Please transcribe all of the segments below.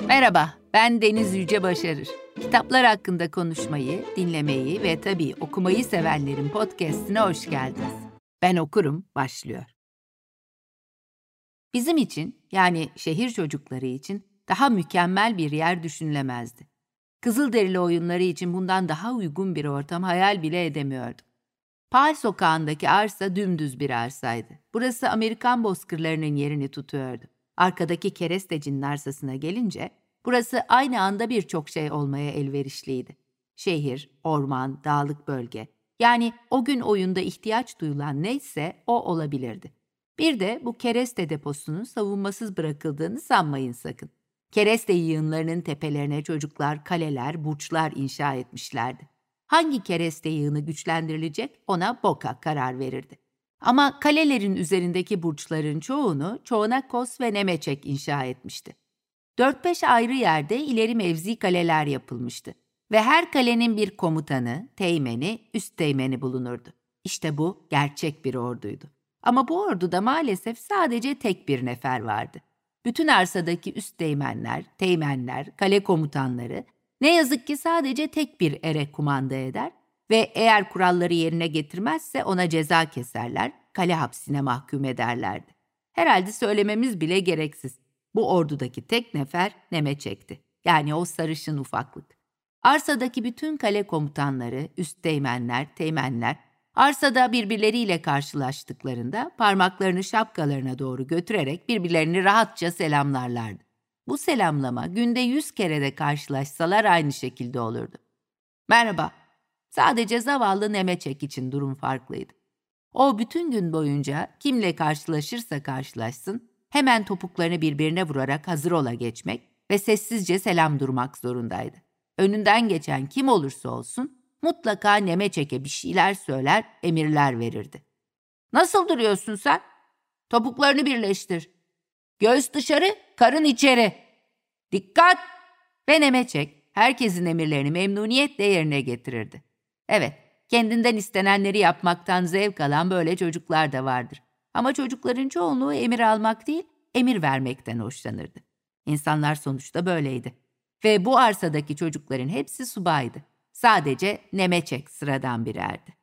Merhaba, ben Deniz Yüce Başarır. Kitaplar hakkında konuşmayı, dinlemeyi ve tabii okumayı sevenlerin podcast'ine hoş geldiniz. Ben okurum başlıyor. Bizim için, yani şehir çocukları için daha mükemmel bir yer düşünülemezdi. Kızılderili oyunları için bundan daha uygun bir ortam hayal bile edemiyordum. Pal Sokağı'ndaki arsa dümdüz bir arsaydı. Burası Amerikan bozkırlarının yerini tutuyordu. Arkadaki kerestecinin arsasına gelince, burası aynı anda birçok şey olmaya elverişliydi. Şehir, orman, dağlık bölge. Yani o gün oyunda ihtiyaç duyulan neyse o olabilirdi. Bir de bu kereste deposunun savunmasız bırakıldığını sanmayın sakın. Kereste yığınlarının tepelerine çocuklar kaleler, burçlar inşa etmişlerdi. Hangi kereste yığını güçlendirilecek ona Boka karar verirdi. Ama kalelerin üzerindeki burçların çoğunu Çoğunakos ve Nemeçek inşa etmişti. 4-5 ayrı yerde ileri mevzi kaleler yapılmıştı. Ve her kalenin bir komutanı, teğmeni, üsteğmeni bulunurdu. İşte bu gerçek bir orduydu. Ama bu orduda maalesef sadece tek bir nefer vardı. Bütün arsadaki üsteğmenler, teğmenler, kale komutanları ne yazık ki sadece tek bir ere kumanda eder ve eğer kuralları yerine getirmezse ona ceza keserler, kale hapsine mahkum ederlerdi. Herhalde söylememiz bile gereksiz. Bu ordudaki tek nefer Nemeçek'ti. Yani o sarışın ufaklık. Arsadaki bütün kale komutanları, üsteğmenler, teğmenler, arsada birbirleriyle karşılaştıklarında parmaklarını şapkalarına doğru götürerek birbirlerini rahatça selamlarlardı. Bu selamlama günde 100 kere de karşılaşsalar aynı şekilde olurdu. Merhaba. Sadece zavallı Nemeçek için durum farklıydı. O bütün gün boyunca kimle karşılaşırsa karşılaşsın, hemen topuklarını birbirine vurarak hazır ola geçmek ve sessizce selam durmak zorundaydı. Önünden geçen kim olursa olsun mutlaka Nemeçek'e bir şeyler söyler, emirler verirdi. Nasıl duruyorsun sen? Topuklarını birleştir. Göğüs dışarı, karın içeri. Dikkat! Ve Nemeçek herkesin emirlerini memnuniyetle yerine getirirdi. Evet, kendinden istenenleri yapmaktan zevk alan böyle çocuklar da vardır. Ama çocukların çoğunluğu emir almak değil, emir vermekten hoşlanırdı. İnsanlar sonuçta böyleydi. Ve bu arsadaki çocukların hepsi subaydı. Sadece Nemeçek sıradan bir erdi.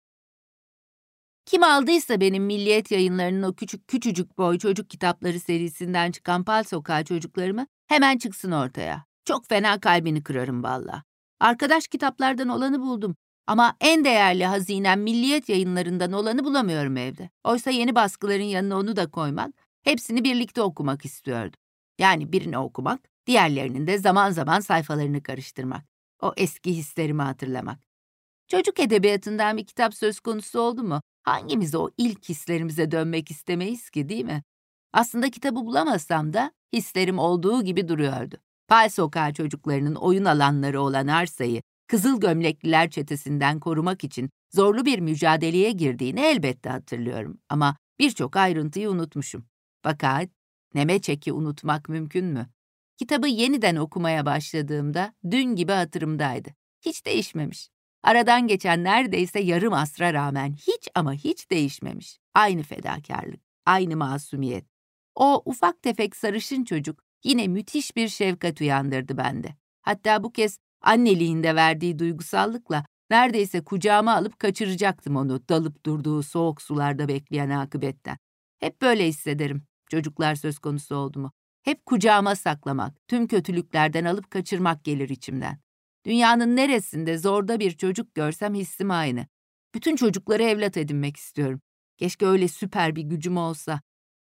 Kim aldıysa benim Milliyet Yayınları'nın o küçücük boy çocuk kitapları serisinden çıkan Pal Sokağı çocuklarımı hemen çıksın ortaya. Çok fena kalbini kırarım valla. Arkadaş kitaplardan olanı buldum. Ama en değerli hazinem Milliyet Yayınları'ndan olanı bulamıyorum evde. Oysa yeni baskıların yanına onu da koymak, hepsini birlikte okumak istiyordum. Yani birini okumak, diğerlerinin de zaman zaman sayfalarını karıştırmak. O eski hislerimi hatırlamak. Çocuk edebiyatından bir kitap söz konusu oldu mu? Hangimiz o ilk hislerimize dönmek istemeyiz ki, değil mi? Aslında kitabı bulamasam da hislerim olduğu gibi duruyordu. Pal Sokağı çocuklarının oyun alanları olan arsayı Kızıl Gömlekliler çetesinden korumak için zorlu bir mücadeleye girdiğini elbette hatırlıyorum ama birçok ayrıntıyı unutmuşum. Fakat Nemeçek'i unutmak mümkün mü? Kitabı yeniden okumaya başladığımda dün gibi hatırımdaydı. Hiç değişmemiş. Aradan geçen neredeyse yarım asra rağmen hiç ama hiç değişmemiş. Aynı fedakarlık, aynı masumiyet. O ufak tefek sarışın çocuk yine müthiş bir şefkat uyandırdı bende. Hatta bu kez anneliğinde verdiği duygusallıkla neredeyse kucağıma alıp kaçıracaktım onu dalıp durduğu soğuk sularda bekleyen akıbetten. Hep böyle hissederim çocuklar söz konusu oldu mu. Hep kucağıma saklamak, tüm kötülüklerden alıp kaçırmak gelir içimden. Dünyanın neresinde zorda bir çocuk görsem hissim aynı. Bütün çocukları evlat edinmek istiyorum. Keşke öyle süper bir gücüm olsa.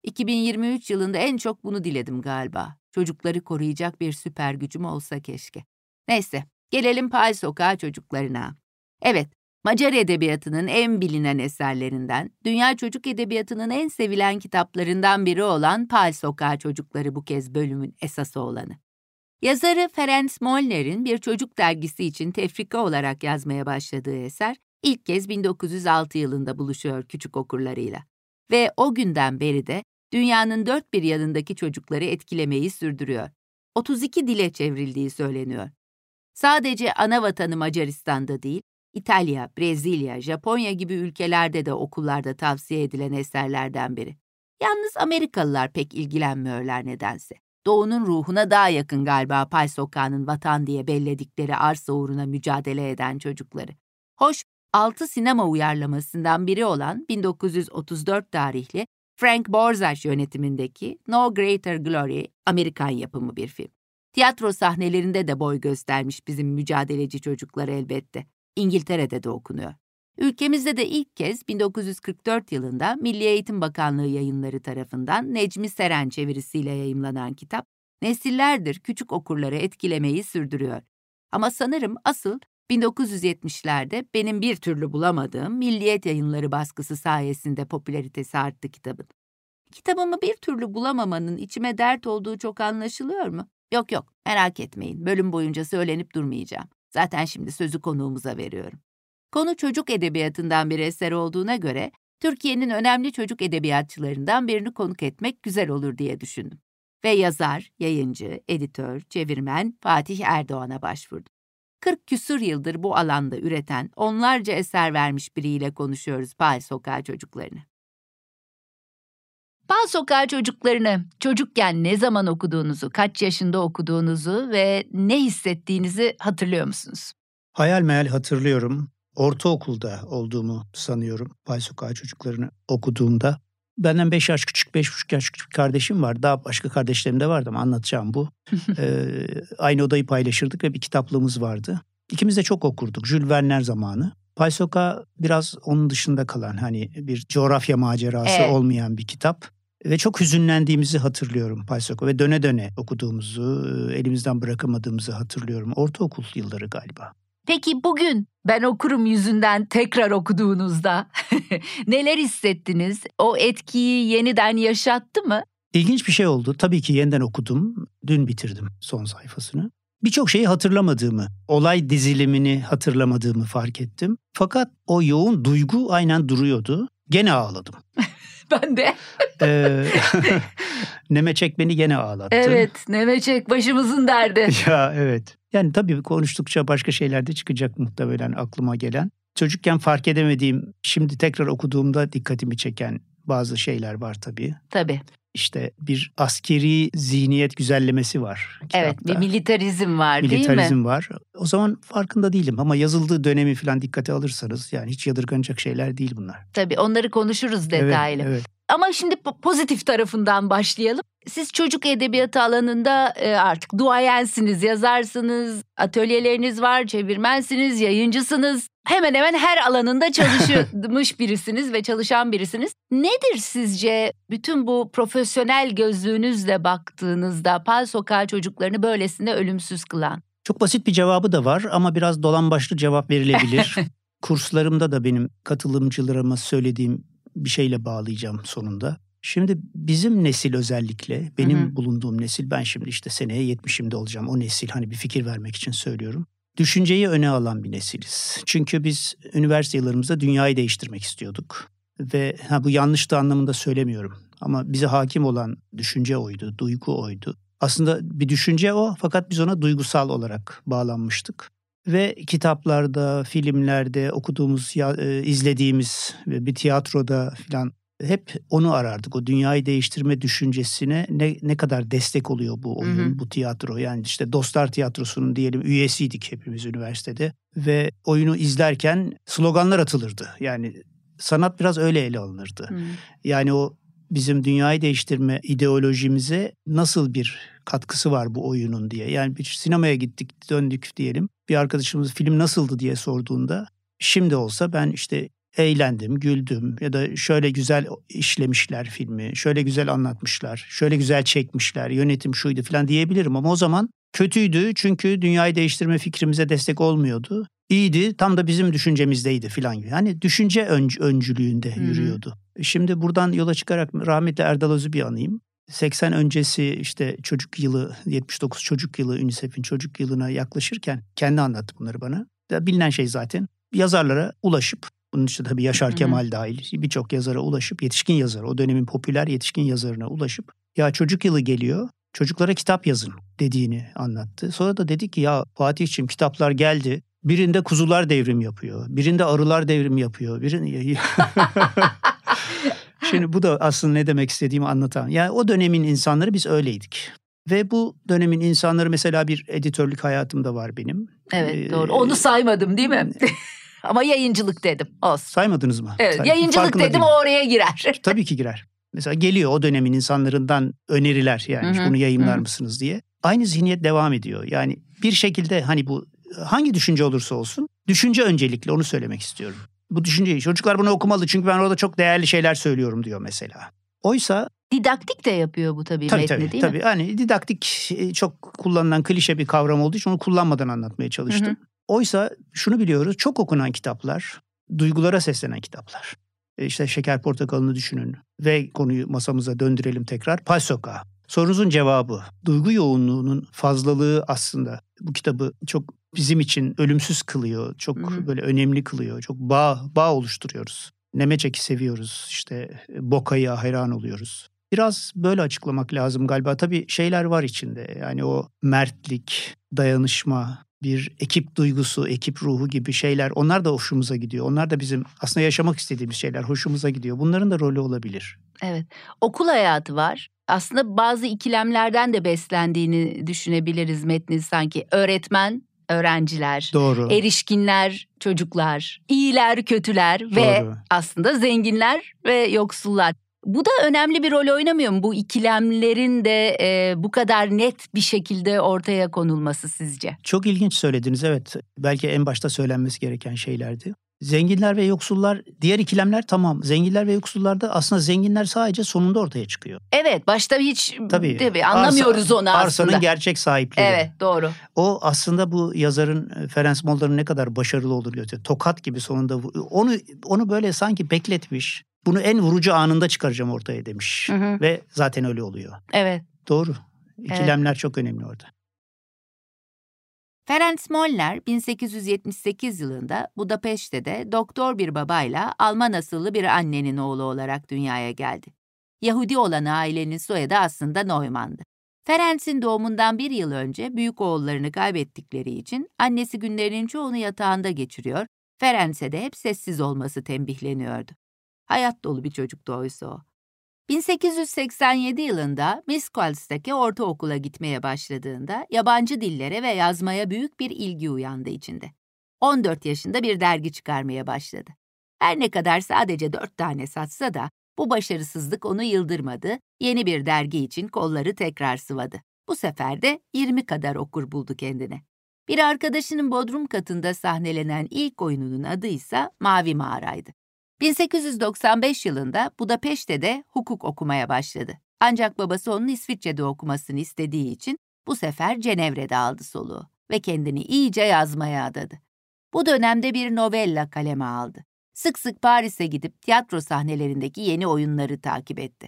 2023 yılında en çok bunu diledim galiba. Çocukları koruyacak bir süper gücüm olsa keşke. Neyse, gelelim Pal Sokağı çocuklarına. Evet, Macar edebiyatının en bilinen eserlerinden, dünya çocuk edebiyatının en sevilen kitaplarından biri olan Pal Sokağı çocukları bu kez bölümün esası olanı. Yazarı Ferenc Molner'in bir çocuk dergisi için tefrika olarak yazmaya başladığı eser, ilk kez 1906 yılında buluşuyor küçük okurlarıyla. Ve o günden beri de dünyanın dört bir yanındaki çocukları etkilemeyi sürdürüyor. 32 dile çevrildiği söyleniyor. Sadece ana vatanı Macaristan'da değil, İtalya, Brezilya, Japonya gibi ülkelerde de okullarda tavsiye edilen eserlerden biri. Yalnız Amerikalılar pek ilgilenmiyorlar nedense. Doğu'nun ruhuna daha yakın galiba Pal Sokağı'nın vatan diye belledikleri arsa uğruna mücadele eden çocukları. Hoş, 6 sinema uyarlamasından biri olan 1934 tarihli Frank Borzage yönetimindeki No Greater Glory, Amerikan yapımı bir film. Tiyatro sahnelerinde de boy göstermiş bizim mücadeleci çocuklar elbette. İngiltere'de de okunuyor. Ülkemizde de ilk kez 1944 yılında Milli Eğitim Bakanlığı Yayınları tarafından Necmi Seren çevirisiyle yayımlanan kitap, nesillerdir küçük okurları etkilemeyi sürdürüyor. Ama sanırım asıl 1970'lerde benim bir türlü bulamadığım Milliyet Yayınları baskısı sayesinde popülaritesi arttı kitabın. Kitabımı bir türlü bulamamanın içime dert olduğu çok anlaşılıyor mu? Yok, merak etmeyin. Bölüm boyunca söylenip durmayacağım. Zaten şimdi sözü konuğumuza veriyorum. Konu çocuk edebiyatından bir eser olduğuna göre Türkiye'nin önemli çocuk edebiyatçılarından birini konuk etmek güzel olur diye düşündüm. Ve yazar, yayıncı, editör, çevirmen Fatih Erdoğan'a başvurdum. 40 küsur yıldır bu alanda üreten, onlarca eser vermiş biriyle konuşuyoruz Pal Sokağı çocuklarını. Pal Sokağı çocuklarını çocukken ne zaman okuduğunuzu, kaç yaşında okuduğunuzu ve ne hissettiğinizi hatırlıyor musunuz? Hayal meyal hatırlıyorum. Ortaokulda olduğumu sanıyorum Pal Sokağı çocuklarını okuduğumda. Benden 5 yaş küçük, 5,5 yaş küçük kardeşim var. Daha başka kardeşlerim de vardı ama anlatacağım bu. Aynı odayı paylaşırdık ve bir kitaplığımız vardı. İkimiz de çok okurduk. Jules Verne zamanı. Pal Sokağı biraz onun dışında kalan, hani bir coğrafya macerası olmayan bir kitap. Ve çok hüzünlendiğimizi hatırlıyorum Pal Sokağı. Ve döne döne okuduğumuzu, elimizden bırakamadığımızı hatırlıyorum. Ortaokul yılları galiba. Peki bugün ben okurum yüzünden tekrar okuduğunuzda neler hissettiniz? O etkiyi yeniden yaşattı mı? İlginç bir şey oldu. Tabii ki yeniden okudum. Dün bitirdim son sayfasını. Birçok şeyi hatırlamadığımı, olay dizilimini hatırlamadığımı fark ettim. Fakat o yoğun duygu aynen duruyordu. Gene ağladım. Ben de. Nemeçek beni gene ağlattı. Evet, Nemeçek başımızın derdi. Ya evet. Yani tabii konuştukça başka şeyler de çıkacak muhtemelen aklıma gelen. Çocukken fark edemediğim, şimdi tekrar okuduğumda dikkatimi çeken bazı şeyler var tabii. Tabii. İşte bir askeri zihniyet güzellemesi var kitapta. Evet, bir militarizm var değil mi? Militarizm var. O zaman farkında değilim ama yazıldığı dönemi falan dikkate alırsanız yani hiç yadırganacak şeyler değil bunlar. Tabii onları konuşuruz detaylı. Evet. Ama şimdi pozitif tarafından başlayalım. Siz çocuk edebiyatı alanında artık duayensiniz, yazarsınız, atölyeleriniz var, çevirmensiniz, yayıncısınız. Hemen hemen her alanında çalışmış birisiniz ve çalışan birisiniz. Nedir sizce bütün bu profesyonel gözlüğünüzle baktığınızda Pal Sokağı çocuklarını böylesine ölümsüz kılan? Çok basit bir cevabı da var ama biraz dolambaçlı cevap verilebilir. Kurslarımda da benim katılımcılarıma söylediğim bir şeyle bağlayacağım sonunda. Şimdi bizim nesil özellikle, benim bulunduğum nesil, ben şimdi işte seneye 70'imde olacağım. O nesil, hani bir fikir vermek için söylüyorum. Düşünceyi öne alan bir nesiliz. Çünkü biz üniversite yıllarımızda dünyayı değiştirmek istiyorduk. Ve bu yanlış da anlamında söylemiyorum. Ama bize hakim olan düşünce oydu, duygu oydu. Aslında bir düşünce o, fakat biz ona duygusal olarak bağlanmıştık. Ve kitaplarda, filmlerde okuduğumuz, izlediğimiz ve bir tiyatroda falan hep onu arardık. O dünyayı değiştirme düşüncesine ne kadar destek oluyor bu oyun, bu tiyatro. Yani işte Dostlar Tiyatrosu'nun diyelim üyesiydik hepimiz üniversitede. Ve oyunu izlerken sloganlar atılırdı. Yani sanat biraz öyle ele alınırdı. Yani o bizim dünyayı değiştirme ideolojimize nasıl bir katkısı var bu oyunun diye. Yani bir sinemaya gittik, döndük diyelim. Bir arkadaşımız film nasıldı diye sorduğunda, şimdi olsa ben işte eğlendim, güldüm ya da şöyle güzel işlemişler filmi, şöyle güzel anlatmışlar, şöyle güzel çekmişler, yönetim şuydu falan diyebilirim. Ama o zaman kötüydü çünkü dünyayı değiştirme fikrimize destek olmuyordu. İyiydi, tam da bizim düşüncemizdeydi falan gibi. Hani düşünce öncülüğünde yürüyordu. Şimdi buradan yola çıkarak rahmetli Erdal Öz'ü bir anayım. 80 öncesi işte çocuk yılı, 79 çocuk yılı, UNICEF'in çocuk yılına yaklaşırken kendi anlattı bunları bana. Bilinen şey zaten yazarlara ulaşıp, bunun için tabii Yaşar Kemal dahil birçok yazara ulaşıp, yetişkin yazarı, o dönemin popüler yetişkin yazarına ulaşıp ya çocuk yılı geliyor, çocuklara kitap yazın dediğini anlattı. Sonra da dedi ki ya Fatih'ciğim kitaplar geldi. Birinde kuzular devrim yapıyor. Birinde arılar devrim yapıyor. Şimdi bu da aslında ne demek istediğimi anlatan. Yani o dönemin insanları biz öyleydik. Ve bu dönemin insanları, mesela bir editörlük hayatım da var benim. Evet, doğru. Onu saymadım değil mi? Ama yayıncılık dedim. Olsun. Saymadınız mı? Evet, yayıncılık Farkında dedim, değilim. o oraya girer. Tabii ki girer. Mesela geliyor o dönemin insanlarından öneriler, yani bunu yayınlar mısınız diye. Aynı zihniyet devam ediyor. Yani bir şekilde hani bu hangi düşünce olursa olsun, düşünce öncelikli, onu söylemek istiyorum. Bu düşünceyi çocuklar bunu okumalı çünkü ben orada çok değerli şeyler söylüyorum diyor mesela. Oysa Didaktik de yapıyor bu tabii metni, değil mi? Hani didaktik çok kullanılan klişe bir kavram olduğu için onu kullanmadan anlatmaya çalıştım. Oysa şunu biliyoruz, çok okunan kitaplar, duygulara seslenen kitaplar. İşte Şeker Portakalı'nı düşünün ve konuyu masamıza döndürelim tekrar. Pal Sokağı. Sorunuzun cevabı, duygu yoğunluğunun fazlalığı aslında bu kitabı çok bizim için ölümsüz kılıyor. Çok böyle önemli kılıyor. Çok bağ oluşturuyoruz. Nemeçek'i seviyoruz. İşte Boka'ya hayran oluyoruz. Biraz böyle açıklamak lazım galiba. Tabii şeyler var içinde. Yani o mertlik, dayanışma, bir ekip duygusu, ekip ruhu gibi şeyler. Onlar da hoşumuza gidiyor. Onlar da bizim aslında yaşamak istediğimiz şeyler. Hoşumuza gidiyor. Bunların da rolü olabilir. Evet. Okul hayatı var. Aslında bazı ikilemlerden de beslendiğini düşünebiliriz metnin sanki. Öğretmen, öğrenciler, Doğru. Erişkinler, çocuklar, iyiler, kötüler ve aslında zenginler ve yoksullar. Bu da önemli bir rol oynamıyor mu? Bu ikilemlerin de bu kadar net bir şekilde ortaya konulması sizce? Çok ilginç söylediniz, evet. Belki en başta söylenmesi gereken şeylerdi. Zenginler ve yoksullar, diğer ikilemler tamam. Zenginler ve yoksullarda aslında zenginler sadece sonunda ortaya çıkıyor. Evet, başta hiç tabii anlamıyoruz onu aslında. Arsanın gerçek sahipleri. Evet, doğru. O aslında bu yazarın, Ferenc Moller'ın ne kadar başarılı olduğunu gösteriyor. Tokat gibi sonunda onu böyle sanki bekletmiş. Bunu en vurucu anında çıkaracağım ortaya demiş. Ve zaten öyle oluyor. Evet. Doğru. İkilemler çok önemli orada. Ferenc Moller 1878 yılında Budapeşte'de doktor bir babayla Alman asıllı bir annenin oğlu olarak dünyaya geldi. Yahudi olan ailenin soyadı aslında Neumann'dı. Ferenc'in doğumundan bir yıl önce büyük oğullarını kaybettikleri için annesi günlerinin çoğunu yatağında geçiriyor, Ferenc'e de hep sessiz olması tembihleniyordu. Hayat dolu bir çocuktu oysa o. 1887 yılında Miskolc'taki ortaokula gitmeye başladığında yabancı dillere ve yazmaya büyük bir ilgi uyandı içinde. 14 yaşında bir dergi çıkarmaya başladı. Her ne kadar sadece 4 tane satsa da bu başarısızlık onu yıldırmadı, yeni bir dergi için kolları tekrar sıvadı. Bu sefer de 20 kadar okur buldu kendine. Bir arkadaşının bodrum katında sahnelenen ilk oyununun adı ise Mavi Mağara'ydı. 1895 yılında Budapeşte'de hukuk okumaya başladı. Ancak babası onun İsviçre'de okumasını istediği için bu sefer Cenevre'de aldı soluğu ve kendini iyice yazmaya adadı. Bu dönemde bir novella kaleme aldı. Sık sık Paris'e gidip tiyatro sahnelerindeki yeni oyunları takip etti.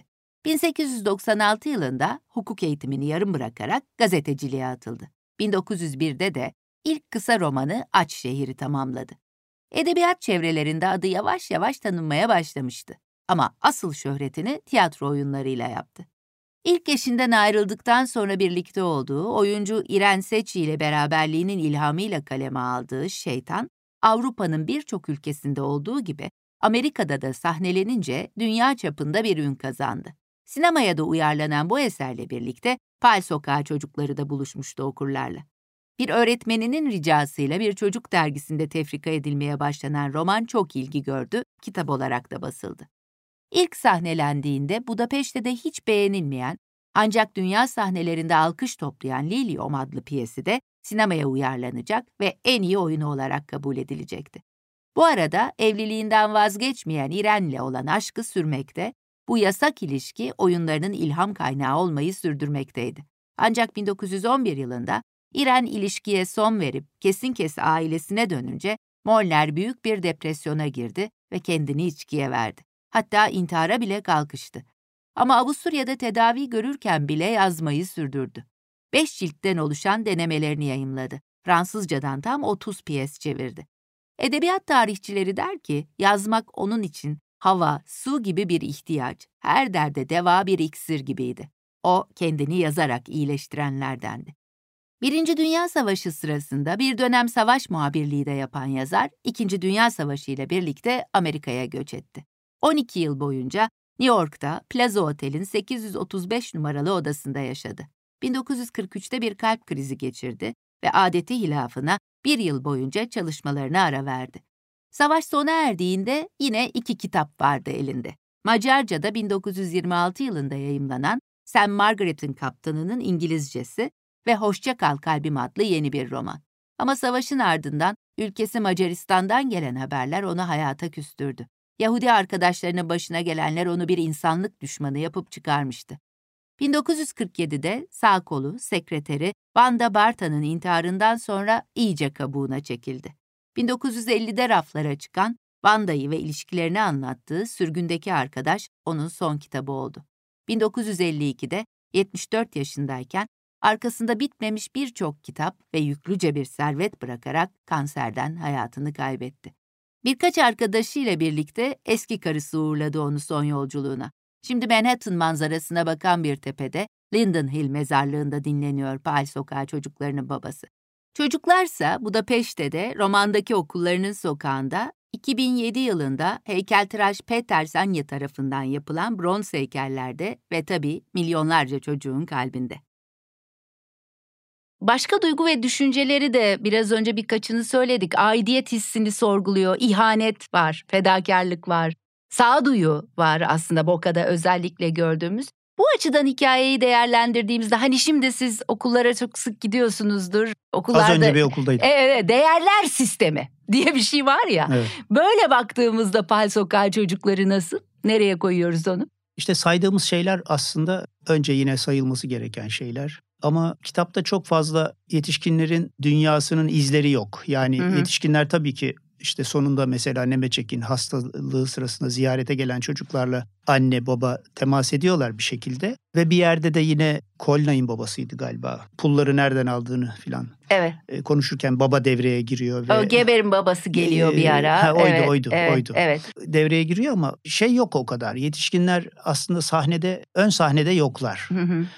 1896 yılında hukuk eğitimini yarım bırakarak gazeteciliğe atıldı. 1901'de de ilk kısa romanı Aç Şehir'i tamamladı. Edebiyat çevrelerinde adı yavaş yavaş tanınmaya başlamıştı. Ama asıl şöhretini tiyatro oyunlarıyla yaptı. İlk eşinden ayrıldıktan sonra birlikte olduğu oyuncu Irene Secchi ile beraberliğinin ilhamıyla kaleme aldığı Şeytan, Avrupa'nın birçok ülkesinde olduğu gibi Amerika'da da sahnelenince dünya çapında bir ün kazandı. Sinemaya da uyarlanan bu eserle birlikte Pal Sokağı çocukları da buluşmuştu okurlarla. Bir öğretmeninin ricasıyla bir çocuk dergisinde tefrika edilmeye başlanan roman çok ilgi gördü, kitap olarak da basıldı. İlk sahnelendiğinde Budapeşte'de hiç beğenilmeyen, ancak dünya sahnelerinde alkış toplayan Liliom adlı piyesi de sinemaya uyarlanacak ve en iyi oyunu olarak kabul edilecekti. Bu arada evliliğinden vazgeçmeyen İren'le olan aşkı sürmekte, bu yasak ilişki oyunlarının ilham kaynağı olmayı sürdürmekteydi. Ancak 1911 yılında İren ilişkiye son verip kesin ailesine dönünce Moller büyük bir depresyona girdi ve kendini içkiye verdi. Hatta intihara bile kalkıştı. Ama Avusturya'da tedavi görürken bile yazmayı sürdürdü. 5 ciltten oluşan denemelerini yayımladı. Fransızcadan tam 30 piyes çevirdi. Edebiyat tarihçileri der ki, yazmak onun için hava, su gibi bir ihtiyaç, her derde deva bir iksir gibiydi. O kendini yazarak iyileştirenlerdendi. Birinci Dünya Savaşı sırasında bir dönem savaş muhabirliği de yapan yazar, İkinci Dünya Savaşı ile birlikte Amerika'ya göç etti. 12 yıl boyunca New York'ta Plaza Otel'in 835 numaralı odasında yaşadı. 1943'te bir kalp krizi geçirdi ve adeti hilafına 1 yıl boyunca çalışmalarına ara verdi. Savaş sona erdiğinde yine 2 kitap vardı elinde. Macarca'da 1926 yılında yayımlanan St. Margaret'in Kaptanı'nın İngilizcesi ve Hoşça Kal Kalbim adlı yeni bir roman. Ama savaşın ardından ülkesi Macaristan'dan gelen haberler onu hayata küstürdü. Yahudi arkadaşlarının başına gelenler onu bir insanlık düşmanı yapıp çıkarmıştı. 1947'de sağ kolu, sekreteri Wanda Barta'nın intiharından sonra iyice kabuğuna çekildi. 1950'de raflara çıkan Wanda'yı ve ilişkilerini anlattığı Sürgündeki Arkadaş onun son kitabı oldu. 1952'de 74 yaşındayken arkasında bitmemiş birçok kitap ve yüklüce bir servet bırakarak kanserden hayatını kaybetti. Birkaç arkadaşıyla birlikte eski karısı uğurladı onu son yolculuğuna. Şimdi Manhattan manzarasına bakan bir tepede Linden Hill mezarlığında dinleniyor Pal Sokağı çocuklarının babası. Çocuklarsa Budapeşte'de romandaki okullarının sokağında 2007 yılında heykeltıraş Peter Sanye tarafından yapılan bronz heykellerde ve tabii milyonlarca çocuğun kalbinde. Başka duygu ve düşünceleri de biraz önce birkaçını söyledik. Aidiyet hissini sorguluyor, ihanet var, fedakarlık var, sağduyu var aslında Boca'da özellikle gördüğümüz. Bu açıdan hikayeyi değerlendirdiğimizde hani şimdi siz okullara çok sık gidiyorsunuzdur. Okullarda, az önce bir okuldaydım. Evet, değerler sistemi diye bir şey var ya. Evet. Böyle baktığımızda Pal Sokağı çocukları nasıl? Nereye koyuyoruz onu? İşte saydığımız şeyler aslında önce yine sayılması gereken şeyler. Ama kitapta çok fazla yetişkinlerin dünyasının izleri yok. Yani yetişkinler tabii ki işte sonunda mesela Nemeçek'in hastalığı sırasında ziyarete gelen çocuklarla anne baba temas ediyorlar bir şekilde. Ve bir yerde de yine Kolnay'ın babasıydı galiba. Pulları nereden aldığını filan. Evet. Konuşurken baba devreye giriyor. Ve, o Geber'in babası geliyor bir ara. Oydu. Evet. Devreye giriyor ama şey yok o kadar. Yetişkinler aslında ön sahnede yoklar.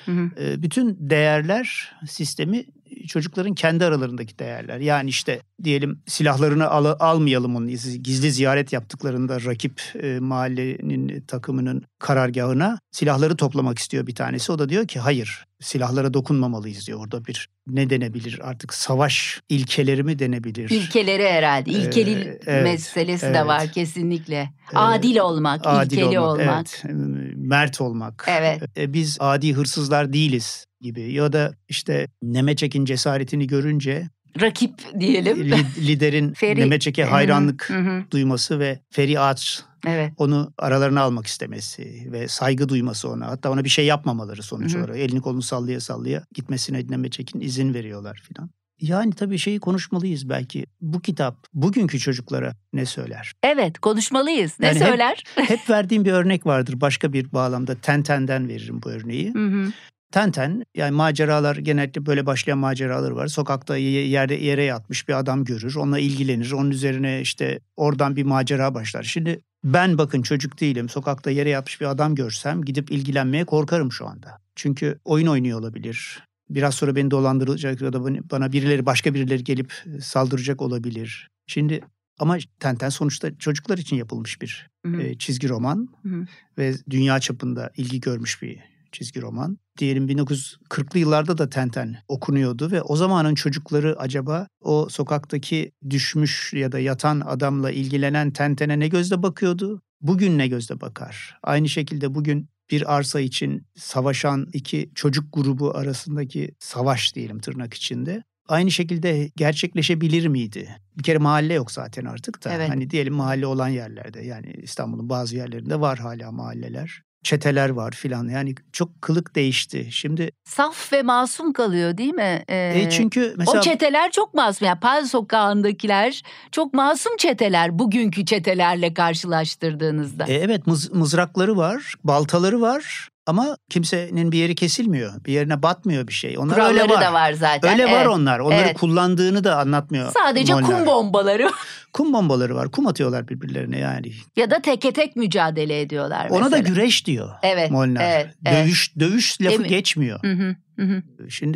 Bütün değerler sistemi çocukların kendi aralarındaki değerler. Yani işte diyelim silahlarını almayalım onun gizli ziyaret yaptıklarında rakip mahallenin takımının karargahına silahları toplamak istiyor bir tanesi. O da diyor ki hayır, silahlara dokunmamalıyız diyor. Orada bir ne denebilir artık, savaş ilkeleri mi denebilir? İlkeleri herhalde. İlkeli meselesi de var kesinlikle. Adil olmak, ilkeli olmak. Evet, mert olmak. Evet. Biz adi hırsızlar değiliz gibi. Ya da işte Nemeçek'in cesaretini görünce rakip diyelim. Liderin Nemeçek'e hayranlık duyması ve Feri Ağaç onu aralarına almak istemesi ve saygı duyması ona. Hatta ona bir şey yapmamaları sonuç olarak. Elini kolunu sallaya sallaya gitmesine Nemeçek'in izin veriyorlar filan. Yani tabii şeyi konuşmalıyız belki. Bu kitap bugünkü çocuklara ne söyler? Evet, konuşmalıyız. Ne yani söyler? Hep verdiğim bir örnek vardır başka bir bağlamda. Tintin'den veririm bu örneği. Tintin, yani maceralar, genellikle böyle başlayan maceralar var. Sokakta yere yatmış bir adam görür, onunla ilgilenir. Onun üzerine işte oradan bir macera başlar. Şimdi ben bakın çocuk değilim. Sokakta yere yatmış bir adam görsem gidip ilgilenmeye korkarım şu anda. Çünkü oyun oynuyor olabilir. Biraz sonra beni dolandıracak ya da bana başka birileri gelip saldıracak olabilir. Şimdi ama Tintin sonuçta çocuklar için yapılmış bir çizgi roman ve dünya çapında ilgi görmüş bir çizgi roman. Diyelim 1940'lı yıllarda da Tintin okunuyordu ve o zamanın çocukları acaba o sokaktaki düşmüş ya da yatan adamla ilgilenen Tintin'e ne gözle bakıyordu? Bugün ne gözle bakar? Aynı şekilde bugün bir arsa için savaşan iki çocuk grubu arasındaki savaş diyelim tırnak içinde. Aynı şekilde gerçekleşebilir miydi? Bir kere mahalle yok zaten artık da. Evet. Hani diyelim mahalle olan yerlerde, yani İstanbul'un bazı yerlerinde var hala mahalleler. Çeteler var filan, yani çok kılık değişti. Şimdi saf ve masum kalıyor değil mi? Çünkü mesela o çeteler çok masum. Yani Pal Sokağı'ndakiler çok masum çeteler bugünkü çetelerle karşılaştırdığınızda. Evet, mızrakları var, baltaları var. Ama kimsenin bir yeri kesilmiyor. Bir yerine batmıyor bir şey. Onlar kuralları öyle var. da var zaten. Öyle var onlar. Onları kullandığını da anlatmıyor. Sadece kum bombaları. Kum bombaları var. Kum atıyorlar birbirlerine yani. Ya da teke tek mücadele ediyorlar mesela. Ona da güreş diyor Molnar. Evet. Dövüş lafı geçmiyor. Hı. Şimdi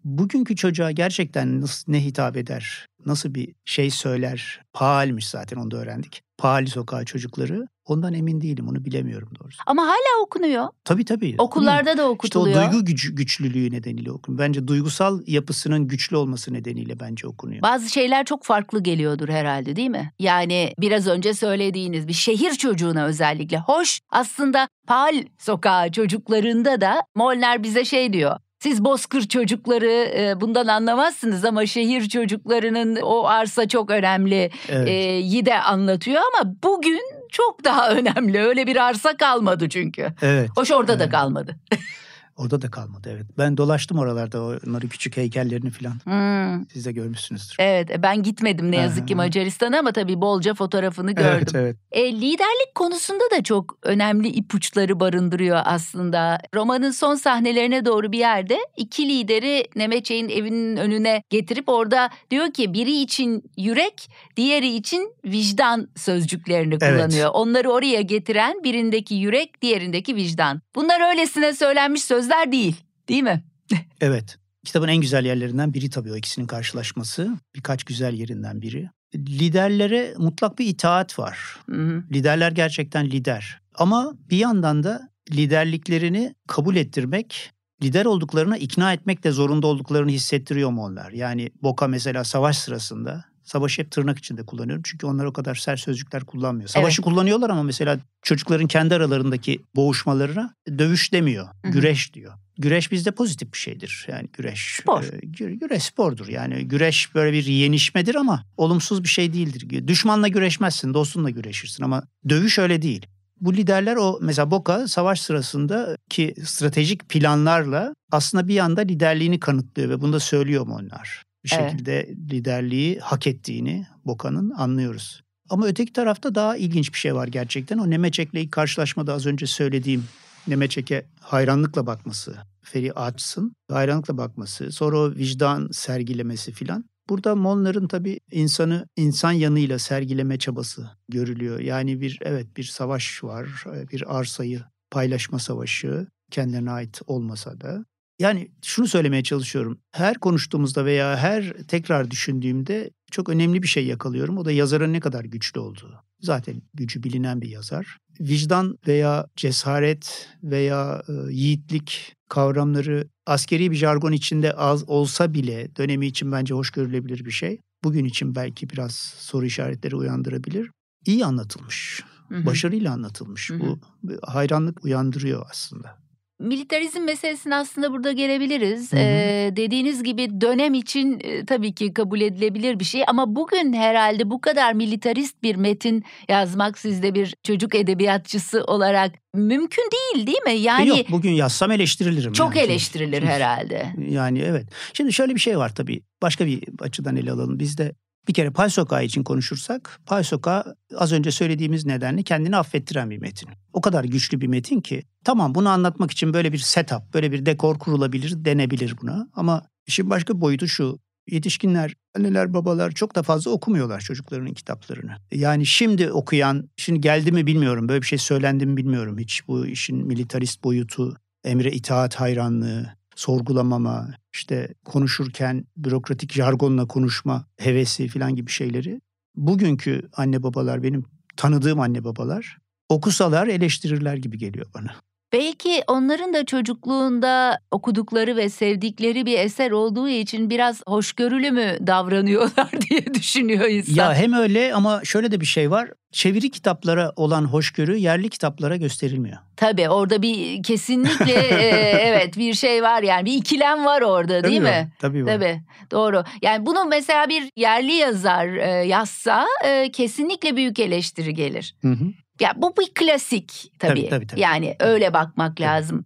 bugünkü çocuğa gerçekten ne hitap eder, nasıl bir şey söyler? Paalmiş zaten, onu da öğrendik. Paal sokağı çocukları. Ondan emin değilim, onu bilemiyorum doğrusu. Ama hala okunuyor. Tabii. Okullarda da okutuluyor. İşte o duygu güçlülüğü nedeniyle okunuyor. Bence duygusal yapısının güçlü olması nedeniyle bence okunuyor. Bazı şeyler çok farklı geliyordur herhalde, değil mi? Yani biraz önce söylediğiniz bir şehir çocuğuna özellikle. Hoş, aslında Paal sokağı çocuklarında da Molnar bize şey diyor. Siz bozkır çocukları bundan anlamazsınız ama şehir çocuklarının o arsa çok önemli yi de anlatıyor ama bugün çok daha önemli. Öyle bir arsa kalmadı çünkü. Evet. Hoş orada da kalmadı. Orada da kalmadı, evet. Ben dolaştım oralarda, onları küçük heykellerini falan. Siz de görmüşsünüzdür. Evet, ben gitmedim ne yazık ki Macaristan'a ama tabii bolca fotoğrafını gördüm. Evet. Liderlik konusunda da çok önemli ipuçları barındırıyor aslında. Romanın son sahnelerine doğru bir yerde iki lideri Nemeçek'in evinin önüne getirip orada diyor ki biri için yürek, diğeri için vicdan sözcüklerini kullanıyor. Evet. Onları oraya getiren birindeki yürek, diğerindeki vicdan. Bunlar öylesine söylenmiş sözler değil mi? Evet. Kitabın en güzel yerlerinden biri tabii o ikisinin karşılaşması. Birkaç güzel yerinden biri. Liderlere mutlak bir itaat var. Liderler gerçekten lider. Ama bir yandan da liderliklerini kabul ettirmek, lider olduklarına ikna etmek de zorunda olduklarını hissettiriyor mu onlar? Yani Boka mesela savaş sırasında, savaşı hep tırnak içinde kullanıyorum çünkü onlar o kadar sert sözcükler kullanmıyor. Savaşı kullanıyorlar ama mesela çocukların kendi aralarındaki boğuşmalarına dövüş demiyor, güreş diyor. Güreş bizde pozitif bir şeydir. Yani güreş spor. Güreş spordur. Yani güreş böyle bir yenişmedir ama olumsuz bir şey değildir. Düşmanla güreşmezsin, dostunla güreşirsin ama dövüş öyle değil. Bu liderler mesela Boka savaş sırasındaki stratejik planlarla aslında bir anda liderliğini kanıtlıyor ve bunu da söylüyor mu onlar? Bir şekilde liderliği hak ettiğini Boka'nın anlıyoruz. Ama öteki tarafta daha ilginç bir şey var gerçekten. O Nemeçek'le ilk karşılaşmada az önce söylediğim Nemeçek'e hayranlıkla bakması, Feri Ağaç'sın hayranlıkla bakması, sonra o vicdan sergilemesi filan. Burada Molnar'ın tabii insan yanıyla sergileme çabası görülüyor. Yani bir savaş var, bir arsayı paylaşma savaşı, kendilerine ait olmasa da. Yani şunu söylemeye çalışıyorum. Her konuştuğumuzda veya her tekrar düşündüğümde çok önemli bir şey yakalıyorum. O da yazarın ne kadar güçlü olduğu. Zaten gücü bilinen bir yazar. Vicdan veya cesaret veya yiğitlik kavramları askeri bir jargon içinde az olsa bile dönemi için bence hoş görülebilir bir şey. Bugün için belki biraz soru işaretleri uyandırabilir. İyi anlatılmış, başarıyla anlatılmış. Bu hayranlık uyandırıyor aslında. Militarizm meselesine aslında burada gelebiliriz. Dediğiniz gibi dönem için tabii ki kabul edilebilir bir şey ama bugün herhalde bu kadar militarist bir metin yazmak sizde bir çocuk edebiyatçısı olarak mümkün değil mi? Yani yok, bugün yazsam eleştirilirim. Çok yani. Eleştirilir herhalde. Yani evet. Şimdi şöyle bir şey var tabii. Başka bir açıdan ele alalım. Bizde bir kere Paal Sokağı için konuşursak, Paal Sokağı az önce söylediğimiz nedenle kendini affettiren bir metin. O kadar güçlü bir metin ki tamam bunu anlatmak için böyle bir setup, böyle bir dekor kurulabilir, denebilir buna. Ama işin başka boyutu şu, yetişkinler, anneler, babalar çok da fazla okumuyorlar çocuklarının kitaplarını. Yani şimdi okuyan, şimdi geldi mi bilmiyorum, böyle bir şey söylendi mi bilmiyorum hiç. Bu işin militarist boyutu, emre itaat hayranlığı, sorgulamama, işte konuşurken bürokratik jargonla konuşma hevesi falan gibi şeyleri. Bugünkü anne babalar, benim tanıdığım anne babalar okusalar eleştirirler gibi geliyor bana. Belki onların da çocukluğunda okudukları ve sevdikleri bir eser olduğu için biraz hoşgörülü mü davranıyorlar diye düşünüyor insan. Ya hem öyle ama şöyle de bir şey var. Çeviri kitaplara olan hoşgörü yerli kitaplara gösterilmiyor. Tabii orada bir kesinlikle evet bir şey var yani bir ikilem var orada değil mi? Tabii var. Tabii doğru. Yani bunu mesela bir yerli yazar yazsa kesinlikle büyük eleştiri gelir. Ya bu bir klasik tabii. Tabii. Yani öyle bakmak lazım.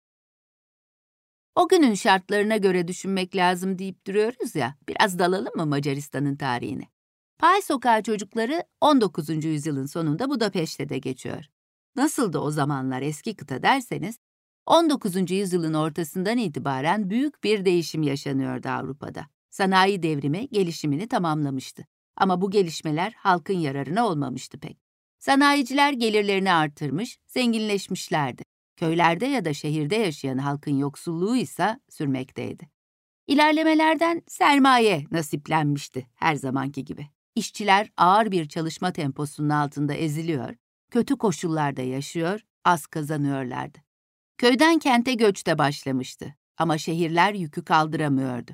O günün şartlarına göre düşünmek lazım deyip duruyoruz ya. Biraz dalalım mı Macaristan'ın tarihine? Paal Sokağı çocukları 19. yüzyılın sonunda Budapeşte'de geçiyor. Nasıldı o zamanlar eski kıta derseniz, 19. yüzyılın ortasından itibaren büyük bir değişim yaşanıyordu Avrupa'da. Sanayi devrimi gelişimini tamamlamıştı. Ama bu gelişmeler halkın yararına olmamıştı pek. Sanayiciler gelirlerini artırmış, zenginleşmişlerdi. Köylerde ya da şehirde yaşayan halkın yoksulluğu ise sürmekteydi. İlerlemelerden sermaye nasiplenmişti her zamanki gibi. İşçiler ağır bir çalışma temposunun altında eziliyor, kötü koşullarda yaşıyor, az kazanıyorlardı. Köyden kente göç de başlamıştı ama şehirler yükü kaldıramıyordu.